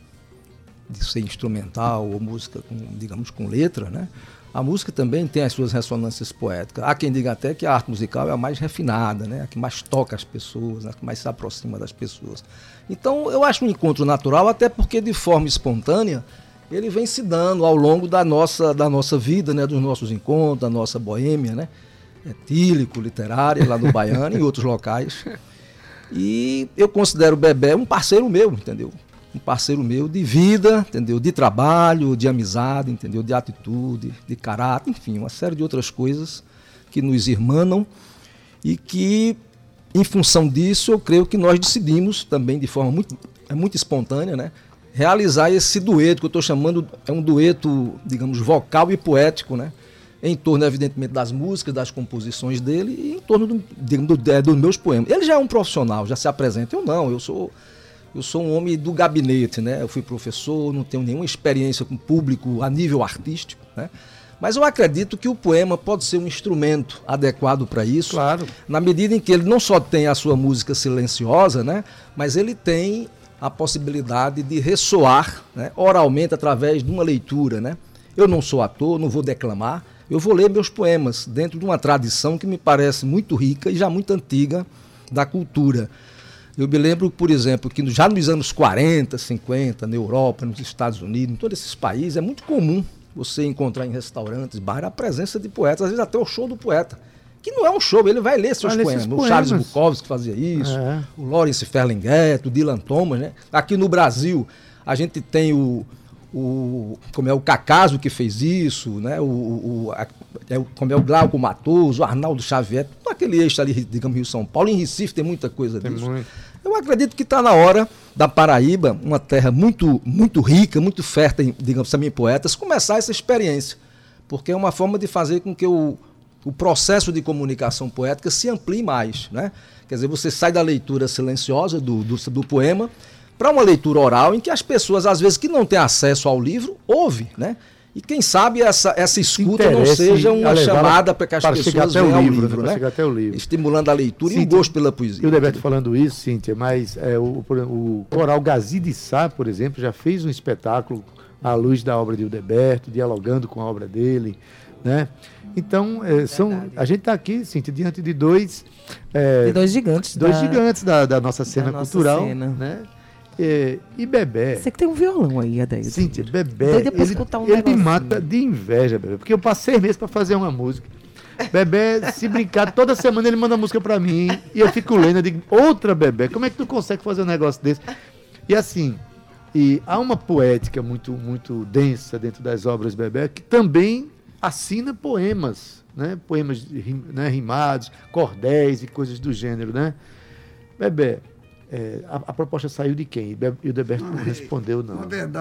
de ser instrumental ou música, digamos, com letra, né? A música também tem as suas ressonâncias poéticas. Há quem diga até que a arte musical é a mais refinada, né? A que mais toca as pessoas, a que mais se aproxima das pessoas. Então, eu acho um encontro natural, até porque de forma espontânea ele vem se dando ao longo da nossa vida, né? Dos nossos encontros, da nossa boêmia, né? Etílico, literária, lá no Baiano e em outros locais. E eu considero o Bebé um parceiro meu, entendeu? Um parceiro meu de vida, entendeu? De trabalho, de amizade, entendeu? De atitude, de caráter, enfim, uma série de outras coisas que nos irmanam e que, em função disso, eu creio que nós decidimos também de forma muito espontânea, né? Realizar esse dueto, que eu estou chamando, é um dueto, digamos, vocal e poético, né? Em torno, evidentemente, das músicas, das composições dele e em torno dos meus poemas. Ele já é um profissional, já se apresenta. Eu não, eu sou um homem do gabinete, né? Eu fui professor, não tenho nenhuma experiência com público a nível artístico, né? Mas eu acredito que o poema pode ser um instrumento adequado para isso, claro, na medida em que ele não só tem a sua música silenciosa, né? Mas ele tem a possibilidade de ressoar, né? Oralmente através de uma leitura, né? Eu não sou ator, não vou declamar, eu vou ler meus poemas dentro de uma tradição que me parece muito rica e já muito antiga da cultura. Eu me lembro, por exemplo, que já nos anos 40, 50, na Europa, nos Estados Unidos, em todos esses países, é muito comum você encontrar em restaurantes, bares, a presença de poetas, às vezes até o show do poeta, que não é um show, ele vai ler seus poemas. O Charles Bukowski fazia isso, o Lawrence Ferlinghetti, o Dylan Thomas, né? Aqui no Brasil, a gente tem o Cacaso que fez isso, né? Como é o Glauco Matoso, o Arnaldo Xavier, todo aquele eixo ali, digamos, Rio-São Paulo. Em Recife tem muita coisa disso. Eu acredito que está na hora da Paraíba, uma terra muito, muito rica, muito fértil, digamos, também em poetas, começar essa experiência. Porque é uma forma de fazer com que o processo de comunicação poética se amplie mais, né? Quer dizer, você sai da leitura silenciosa do poema para uma leitura oral em que as pessoas, às vezes, que não têm acesso ao livro, ouvem, né? E quem sabe essa escuta não seja uma chamada para que as pessoas venham ao livro, né? Até o livro. Estimulando a leitura, Cíntia, e o gosto pela poesia. E o Hildeberto falando isso, Cíntia, mas o Coral Gazi de Sá, por exemplo, já fez um espetáculo à luz da obra de Hildeberto, dialogando com a obra dele, né? Então, a gente está aqui, Cíntia, diante de dois gigantes. Dois gigantes da nossa cena cultural, né? E Bebé... Você que tem um violão aí, Adeildo. Cíntia, Bebé, ele me mata de inveja, Bebé, porque eu passei meses para fazer uma música. Bebé, se brincar, toda semana ele manda música para mim e eu fico lendo, eu digo, outra Bebé, como é que tu consegue fazer um negócio desse? E assim, há uma poética muito, muito densa dentro das obras Bebé, que também assina poemas, né? Poemas rimados, cordéis e coisas do gênero, né? Bebé, a proposta saiu de quem? E o Hildeberto não respondeu, não.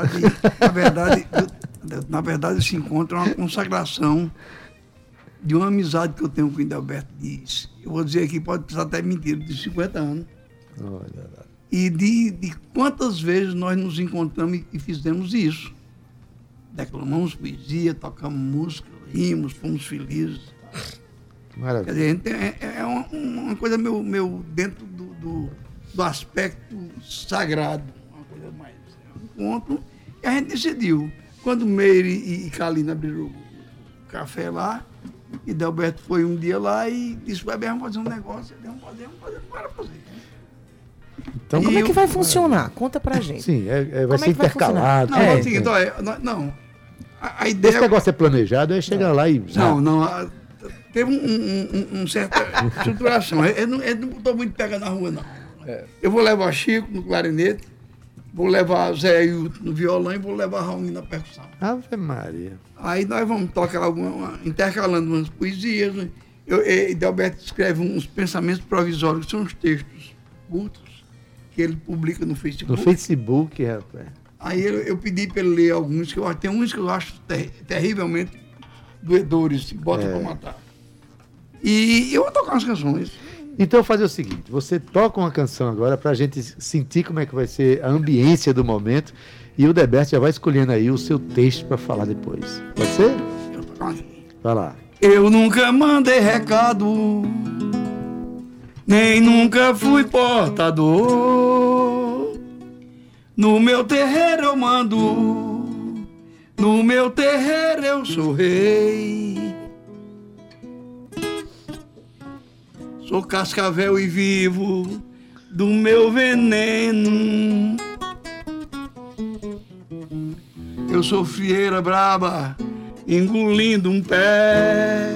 Na verdade, se encontra uma consagração de uma amizade que eu tenho com o Hildeberto Dias. Eu vou dizer aqui, pode precisar até mentira, de 50 anos. Olha. E de quantas vezes nós nos encontramos e fizemos isso. Declamamos poesia, tocamos música, rimos, fomos felizes. Maravilha. Quer dizer, a gente é uma coisa meu dentro do aspecto sagrado, uma coisa mais. Um ponto, e a gente decidiu. Quando Meire e Kalina abriram o café lá, e Delberto foi um dia lá e disse, vamos fazer um negócio, vamos fazer, bora fazer. Então, como é que vai funcionar? Conta pra gente. Sim, vai ser intercalado. Não, é o seguinte, não. A ideia... Esse negócio é planejado, aí chega lá e... Não. Teve uma certa estruturação. Ele não botou muito pega na rua, não. Eu vou levar Chico no clarinete, vou levar Zé no violão e vou levar Raul na percussão. Ave Maria. Aí nós vamos tocar intercalando umas poesias. Delberto escreve uns pensamentos provisórios, que são uns textos curtos, que ele publica no Facebook. No Facebook, rapaz. Aí eu pedi para ele ler alguns, tem uns que eu acho terrivelmente doedores, bota para matar. E eu vou tocar umas canções. Então eu vou fazer o seguinte, você toca uma canção agora pra gente sentir como é que vai ser a ambiência do momento e o Delberto já vai escolhendo aí o seu texto para falar depois. Pode ser? Eu vou tocar aqui. Vai lá. Eu nunca mandei recado, nem nunca fui portador. No meu terreiro eu mando, no meu terreiro eu sou rei. Sou cascavel e vivo do meu veneno. Eu sou frieira braba, engolindo um pé.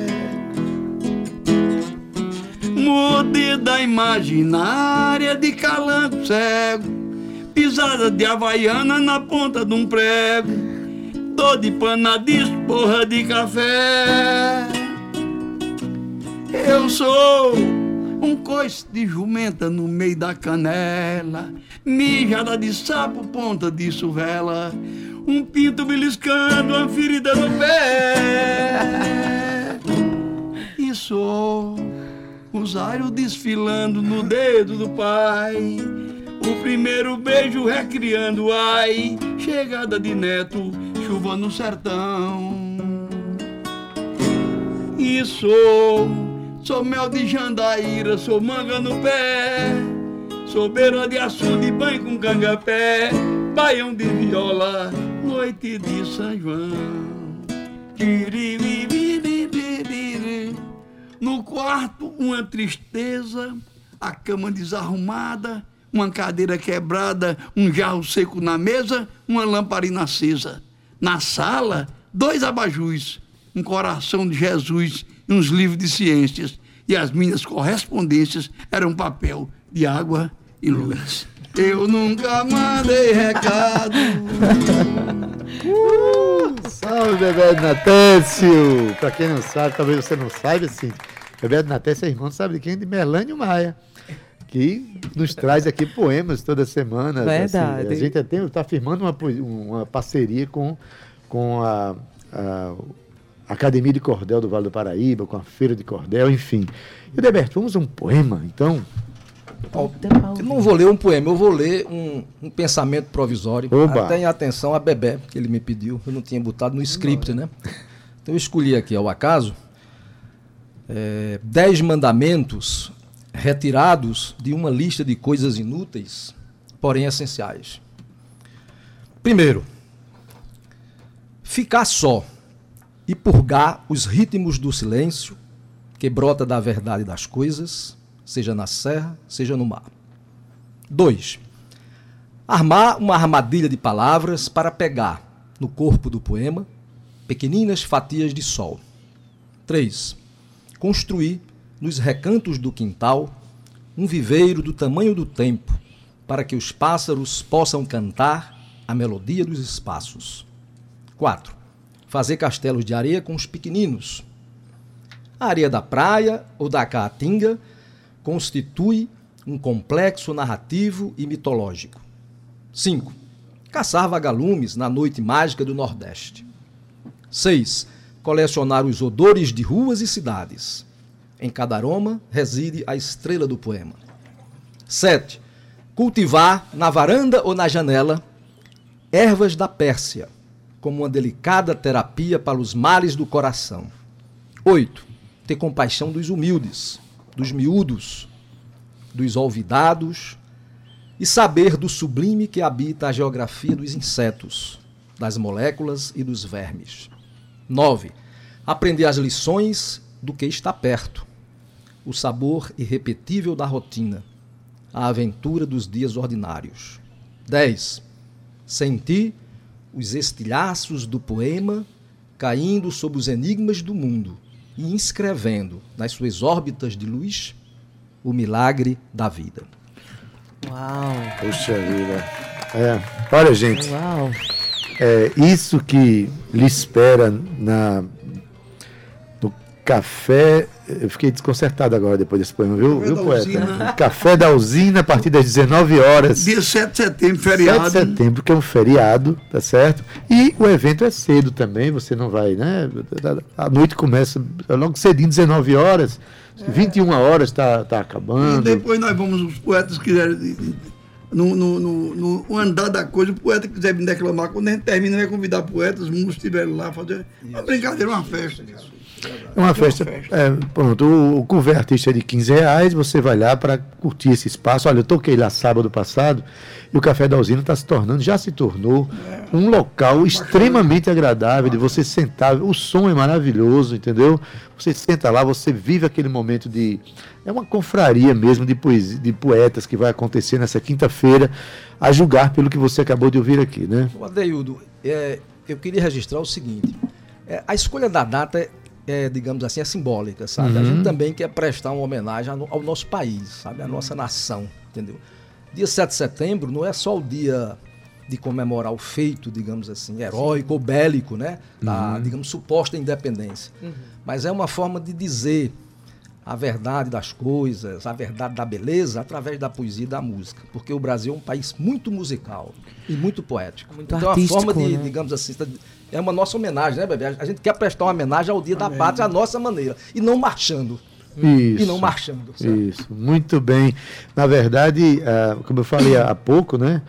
Mordida imaginária de calango cego, pisada de havaiana na ponta de um prego, dor de panadisco, porra de café. Eu sou um coice de jumenta no meio da canela, mijada de sapo, ponta de suvela, um pinto beliscando uma ferida no pé. E sou rosário desfilando no dedo do pai, o primeiro beijo recriando, ai, chegada de neto, chuva no sertão. E sou mel de jandaíra, sou manga no pé, sou beira de açude, banho com cangapé, baião de viola, noite de São João. No quarto, uma tristeza, a cama desarrumada, uma cadeira quebrada, um jarro seco na mesa, uma lamparina acesa. Na sala, 2 abajus, um coração de Jesus e uns livros de ciências. E as minhas correspondências eram papel de água e luz. Eu nunca mandei recado. Salve, Bebeto Natécio! Pra quem não sabe, talvez você não saiba, assim, Bebeto Natécio é irmão, sabe de quem? De Melânio Maia, que nos traz aqui poemas toda semana. Verdade. Assim, a gente até está firmando uma parceria com a Academia de Cordel do Vale do Paraíba, com a Feira de Cordel, enfim. E, Delberto, vamos a um poema, então? Eu não vou ler um poema, eu vou ler um pensamento provisório. Oba. Até em atenção a Bebé, que ele me pediu. Eu não tinha botado no script, né? Então eu escolhi aqui ao acaso 10 mandamentos retirados de uma lista de coisas inúteis, porém essenciais. Primeiro, ficar só e purgar os ritmos do silêncio que brota da verdade das coisas, seja na serra, seja no mar. 2. Armar uma armadilha de palavras para pegar no corpo do poema pequeninas fatias de sol. 3. Construir nos recantos do quintal um viveiro do tamanho do tempo para que os pássaros possam cantar a melodia dos espaços. 4. Fazer castelos de areia com os pequeninos. A areia da praia ou da caatinga constitui um complexo narrativo e mitológico. 5. Caçar vagalumes na noite mágica do Nordeste. 6. Colecionar os odores de ruas e cidades. Em cada aroma reside a estrela do poema. 7. Cultivar na varanda ou na janela ervas da Pérsia, como uma delicada terapia para os males do coração. 8. ter compaixão dos humildes, dos miúdos, dos olvidados, e saber do sublime que habita a geografia dos insetos, das moléculas e dos vermes. 9. Aprender as lições do que está perto, o sabor irrepetível da rotina, a aventura dos dias ordinários. 10. Sentir os estilhaços do poema caindo sobre os enigmas do mundo e inscrevendo nas suas órbitas de luz o milagre da vida. Uau! Puxa vida. Olha, gente, Uau! Isso que lhe espera no café. Eu fiquei desconcertado agora depois desse poema, viu poeta? Café da Usina, a partir das 19 horas. Dia 7 de setembro, feriado. 7 de setembro, que é um feriado, tá certo? E o evento é cedo também, você não vai, né? A noite começa logo cedinho, 19 horas, 21 horas tá acabando. E depois nós vamos, os poetas quiserem, no andar da coisa, o poeta quiser me declamar, quando a gente termina, vai convidar poetas, os músicos estiverem lá, fazer uma brincadeira, uma festa. É uma festa. Pronto, o couvert artista é de R$15, você vai lá para curtir esse espaço. Olha, eu toquei lá sábado passado e o Café da Usina já se tornou um local extremamente agradável de você sentar. O som é maravilhoso, entendeu? Você senta lá, você vive aquele momento é uma confraria mesmo de poesia, de poetas que vai acontecer nessa quinta-feira, a julgar pelo que você acabou de ouvir aqui, né? Adeildo, eu queria registrar o seguinte: a escolha da data digamos assim, é simbólica, sabe? A gente também quer prestar uma homenagem ao nosso país, sabe? À nossa nação, entendeu? Dia 7 de setembro não é só o dia de comemorar o feito, digamos assim, heróico ou bélico, né? Da, digamos, suposta independência. Mas é uma forma de dizer a verdade das coisas, a verdade da beleza, através da poesia e da música. Porque o Brasil é um país muito musical e muito poético. Muito então artístico, é uma forma de, né? digamos assim, é uma nossa homenagem, né, bebê? A gente quer prestar uma homenagem ao Dia da Pátria, à nossa maneira, e não marchando. Isso, e não marchando. Sabe? Isso, muito bem. Na verdade, como eu falei há pouco, né?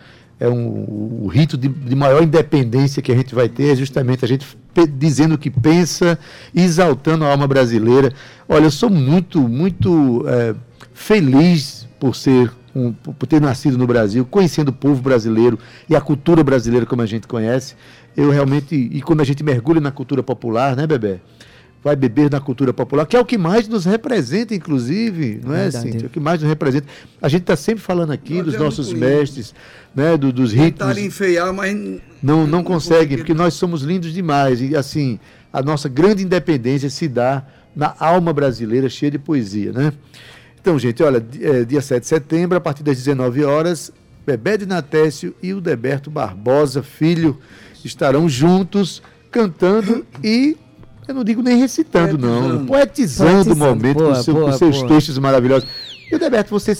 O rito de maior independência que a gente vai ter é justamente a gente dizendo o que pensa, exaltando a alma brasileira. Olha, eu sou muito, muito feliz por ter nascido no Brasil, conhecendo o povo brasileiro e a cultura brasileira como a gente conhece. Eu realmente, e quando a gente mergulha na cultura popular, né, Bebé? Vai beber na cultura popular, que é o que mais nos representa, inclusive, não é, Cíntia? É o que mais nos representa. A gente está sempre falando aqui dos nossos mestres, né, dos ritmos. Enfeiar, mas não consegue, porque nós somos lindos demais. E, assim, a nossa grande independência se dá na alma brasileira, cheia de poesia, né? Então, gente, olha, dia 7 de setembro, a partir das 19 horas, Bebé de Natécio e o Deberto Barbosa, filho, estarão juntos, cantando e... Eu não digo nem recitando, não. Poetizando o momento com seus textos maravilhosos. E o Deberto, você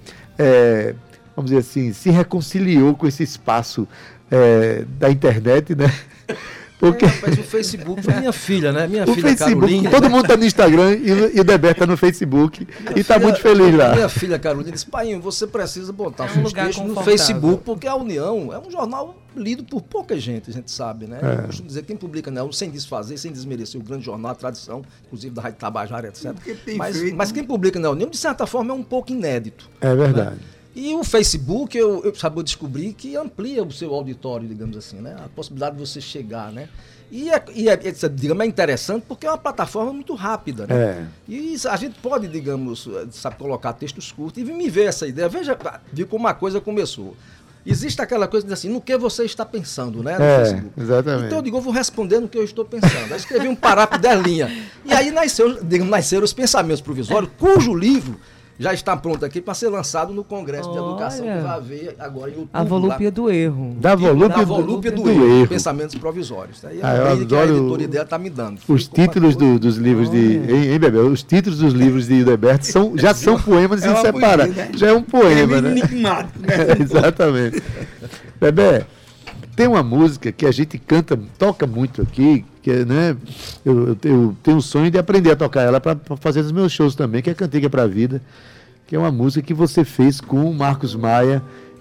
vamos dizer assim, se reconciliou com esse espaço da internet, né? Porque... Mas o Facebook foi minha filha, né? Minha filha Facebook, Carolina. Todo mundo está no Instagram e o Deberto está no Facebook e está muito feliz lá. Minha filha Carolina disse: pai, você precisa botar seus textos no Facebook, porque a União é um jornal lido por pouca gente, a gente sabe, né? Eu costumo dizer, quem publica, né, sem desfazer, sem desmerecer o grande jornal, a tradição, inclusive da Rádio Tabajara, etc. Mas quem publica na União, de certa forma, é um pouco inédito. É verdade. Né? E o Facebook, eu descobri que amplia o seu auditório, digamos assim, né? A possibilidade de você chegar, né? Digamos, é interessante porque é uma plataforma muito rápida, né? E a gente pode, digamos, colocar textos curtos e me ver essa ideia. Veja como a coisa começou. Existe aquela coisa de assim, no que você está pensando, né? No Facebook. Exatamente. Então eu digo, eu vou responder no que eu estou pensando. Aí escrevi um parágrafo de 10 linhas. E aí nasceram os pensamentos provisórios, cujo livro já está pronto aqui para ser lançado no Congresso de Educação, que vai haver agora em outubro. A volúpia do erro. Da volúpia do erro. Pensamentos provisórios. Aí eu adoro que a editora Ideia está me dando. Os títulos dos livros hein, Bebê? Os títulos dos livros de Deberto já são poemas em separado. Né? Já é um poema, né? Exatamente. Bebé, tem uma música que a gente toca muito aqui, que né, eu tenho um sonho de aprender a tocar ela para fazer nos meus shows também, que é Cantiga para a Vida, que é uma música que você fez com o Marcos Maia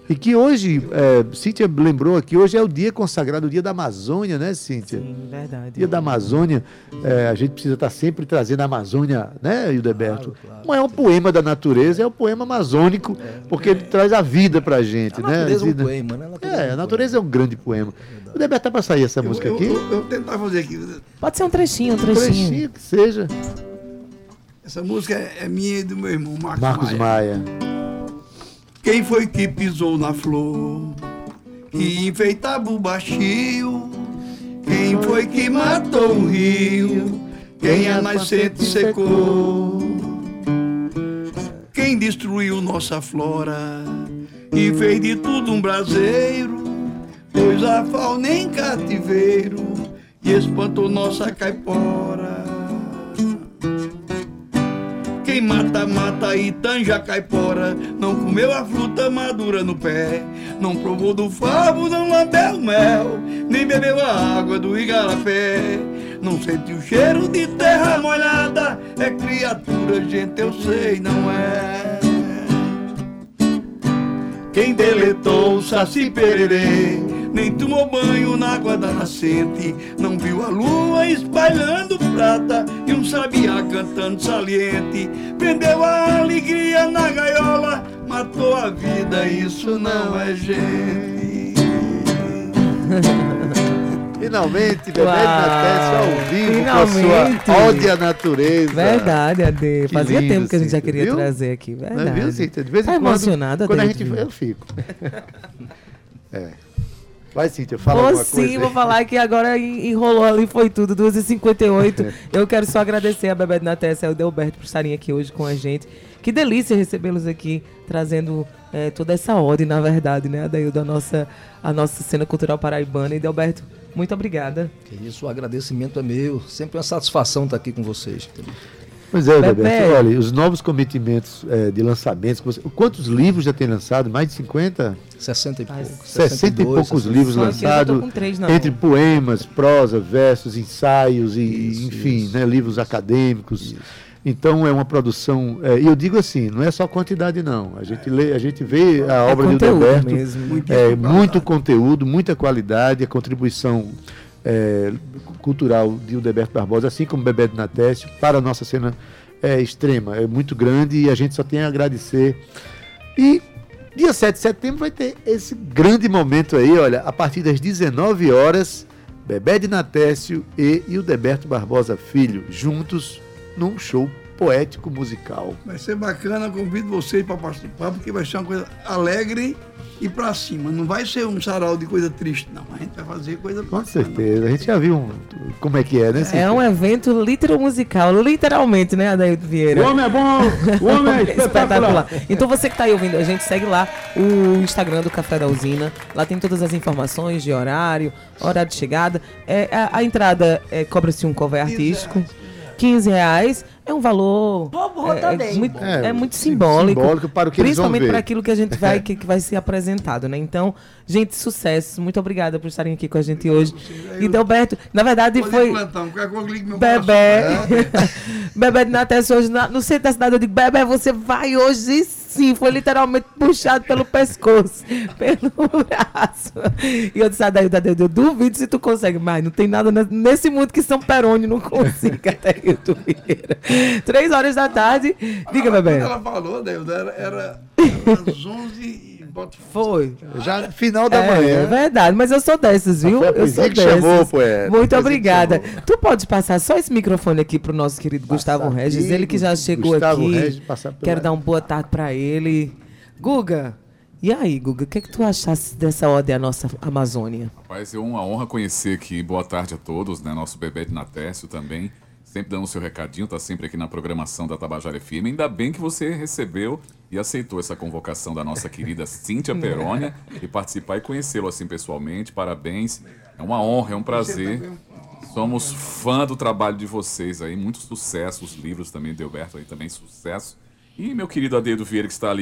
E que hoje, Cíntia lembrou aqui, hoje é o dia consagrado, o dia da Amazônia, né, Cíntia? Sim, verdade. Dia da Amazônia, a gente precisa estar sempre trazendo a Amazônia, né, Hildeberto? Claro. Não é um poema da natureza, é um poema amazônico, porque ele traz a vida pra gente, A né? natureza é um poema, né? A natureza é um grande poema. Hildeberto, tá pra sair essa música aqui? Eu vou tentar fazer aqui. Pode ser um trechinho, Trechinho que seja. Essa música é minha e do meu irmão, Marcos Maia. Quem foi que pisou na flor, que enfeitava o baixio? Quem foi que matou o rio, quem a nascente secou? Quem destruiu nossa flora e fez de tudo um braseiro, pôs a fauna em cativeiro e espantou nossa caipora? Quem mata, mata e tanja a caipora, não comeu a fruta madura no pé, não provou do favo, não lambeu o mel, nem bebeu a água do igarapé, não sente o cheiro de terra molhada, é criatura, gente, eu sei, não é. Quem deletou o Saci Pererê, nem tomou banho na água da nascente, não viu a lua espalhando prata e um sabiá cantando saliente, prendeu a alegria na gaiola, matou a vida, isso não é gente. Finalmente, Bebé Natécio ao vivo finalmente. Com a sua ode à natureza. Verdade, Ade. Fazia lindo, tempo que a gente já Cíntia, queria viu? trazer aqui. Verdade. Não, viu, Cíntia? De vez em Tá quando, emocionada, quando a Ade? gente... Eu fico. Vai, Cíntia, fala alguma coisa. Sim, vou falar que agora enrolou ali, foi tudo, 2h58. Eu quero só agradecer a Bebé de Natécio e ao Delberto por estarem aqui hoje com a gente. Que delícia recebê-los aqui, trazendo toda essa ode, na verdade, né, Adaildo, a nossa cena cultural paraibana. E, Delberto, muito obrigada. Que isso, o agradecimento é meu. Sempre uma satisfação estar aqui com vocês. Pois é, Delberto, olha, os novos cometimentos de lançamentos, quantos livros já tem lançado? Mais de 50? 60 e poucos. 60 e poucos livros lançados, entre poemas, prosa, versos, ensaios, enfim, né, livros acadêmicos. Isso. Então é uma produção, e eu digo assim, não é só quantidade não, a gente vê a obra de Hildeberto, muito conteúdo, muita qualidade, a contribuição cultural de Hildeberto Barbosa, assim como Bebé de Natécio, para a nossa cena extrema, é muito grande e a gente só tem a agradecer. E dia 7 de setembro vai ter esse grande momento aí, olha, a partir das 19 horas, Bebé de Natécio e Hildeberto Barbosa Filho, juntos, num show poético musical. Vai ser bacana, convido vocês para participar, porque vai ser uma coisa alegre e para cima. Não vai ser um sarau de coisa triste, não. A gente vai fazer coisa com certeza. A gente já viu como é que é, né? É um evento literal-musical, literalmente, né, Adaildo Vieira? O homem é bom, o homem é espetacular. Então você que está aí ouvindo a gente, segue lá o Instagram do Café da Usina. Lá tem todas as informações de horário de chegada. A entrada cobra-se um cover artístico. R$15 é um valor muito simbólico para o que principalmente para aquilo que a gente vai que vai ser apresentado, né? Então, gente, sucesso, muito obrrigada por estarem aqui com a gente hoje. E Delberto, na verdade foi Bebé de Natécio hoje no centro da cidade. Eu digo, Bebé, você vai hoje sim, foi literalmente puxado pelo pescoço, pelo braço. E eu disse, eu duvido se tu consegue, mas não tem nada nesse mundo que São Perônio não consiga, Adaildo Vieira. 3 horas da tarde. Diga, Bebé. Quando ela falou, Adaildo, era às 11 Foi. Já final da manhã. É verdade, mas eu sou dessas, viu? Eu sou dessas. Chamou, poeta. Muito obrigada. Tu pode passar só esse microfone aqui pro nosso querido Gustavo Regis, ele que já chegou aqui. Regis, quero dar uma boa tarde pra ele. Guga, e aí, Guga, o que tu achasse dessa ode à nossa Amazônia? Rapaz, é uma honra conhecer aqui. Boa tarde a todos, né? Nosso Bebé de Natécio também. Sempre dando o seu recadinho, tá sempre aqui na programação da Tabajara FM. Ainda bem que você recebeu e aceitou essa convocação da nossa querida Cíntia Perônia e participar e conhecê-lo assim pessoalmente. Parabéns. É uma honra, é um prazer. Somos fã do trabalho de vocês aí. Muito sucesso. Os livros também, Delberto aí também, sucesso. E meu querido Adaildo Vieira, que está ali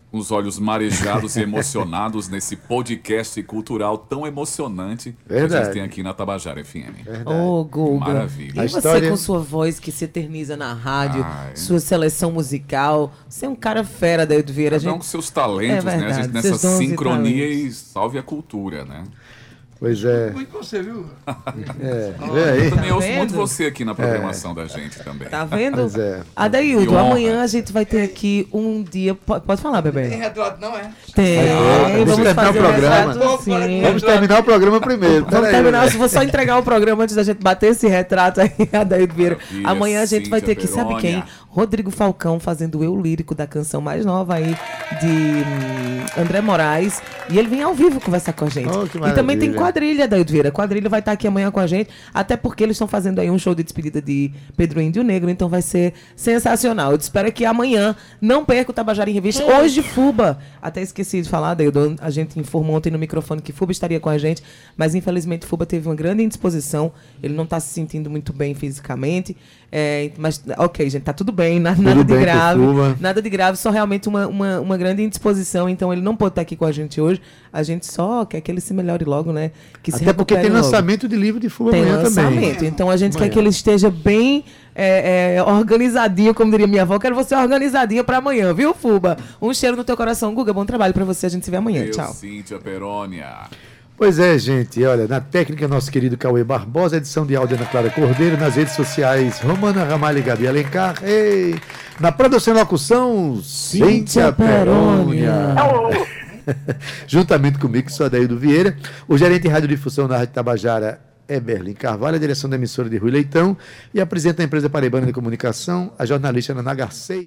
os olhos marejados e emocionados nesse podcast cultural tão emocionante que a gente tem aqui na Tabajara FM. Ô, Guga. Maravilha. E você com sua voz que se eterniza na rádio, sua seleção musical, você é um cara fera, Adaildo Vieira. Cada um com seus talentos, né? A gente nessa sincronia e salve a cultura, né? Pois é. Muito você, viu? Eu também ouço muito você aqui na programação da gente também. Tá vendo? Pois é. Adaildo, amanhã a gente vai ter aqui um dia... Pode falar, bebê? Tem retrato, não é? Tem. Vamos terminar o programa. Vamos terminar o programa primeiro. Vamos terminar. Vou só entregar o programa antes da gente bater esse retrato aí, Adaildo Vieira. Amanhã a gente vai ter aqui, sabe quem? Rodrigo Falcão fazendo o eu lírico da canção mais nova aí de André Moraes. E ele vem ao vivo conversar com a gente. E também tem quadrilha, Adaildo Vieira. Quadrilha vai estar aqui amanhã com a gente, até porque eles estão fazendo aí um show de despedida de Pedro Índio Negro, então vai ser sensacional. Eu te espero que amanhã não perca o Tabajara em Revista. Hoje, Fuba, até esqueci de falar, Adaildo, a gente informou ontem no microfone que Fuba estaria com a gente, mas infelizmente Fuba teve uma grande indisposição, ele não está se sentindo muito bem fisicamente, mas ok, gente, tá tudo bem, nada de grave, nada de grave, só realmente uma grande indisposição, então ele não pode estar aqui com a gente hoje, a gente só quer que ele se melhore logo, né? Que até porque tem lançamento de livro de Fuba amanhã também. Então a gente quer que ele esteja bem organizadinho, como diria minha avó. Quero você organizadinha para amanhã, viu, Fuba? Um cheiro no teu coração, Guga. Bom trabalho para você. A gente se vê amanhã. Tchau. Cíntia Perônia. Pois é, gente. Olha, na técnica, nosso querido Cauê Barbosa, edição de áudio Ana Clara Cordeiro, nas redes sociais, Romana Ramalho e Gabi Alencar. Na produção e locução, Cíntia Perônia. Juntamente comigo, que sou Adaildo Vieira, o gerente de radiodifusão na Rádio Tabajara é Berlim Carvalho, a direção da emissora de Rui Leitão, e apresenta a empresa paraibana de comunicação, a jornalista Naná Garcês.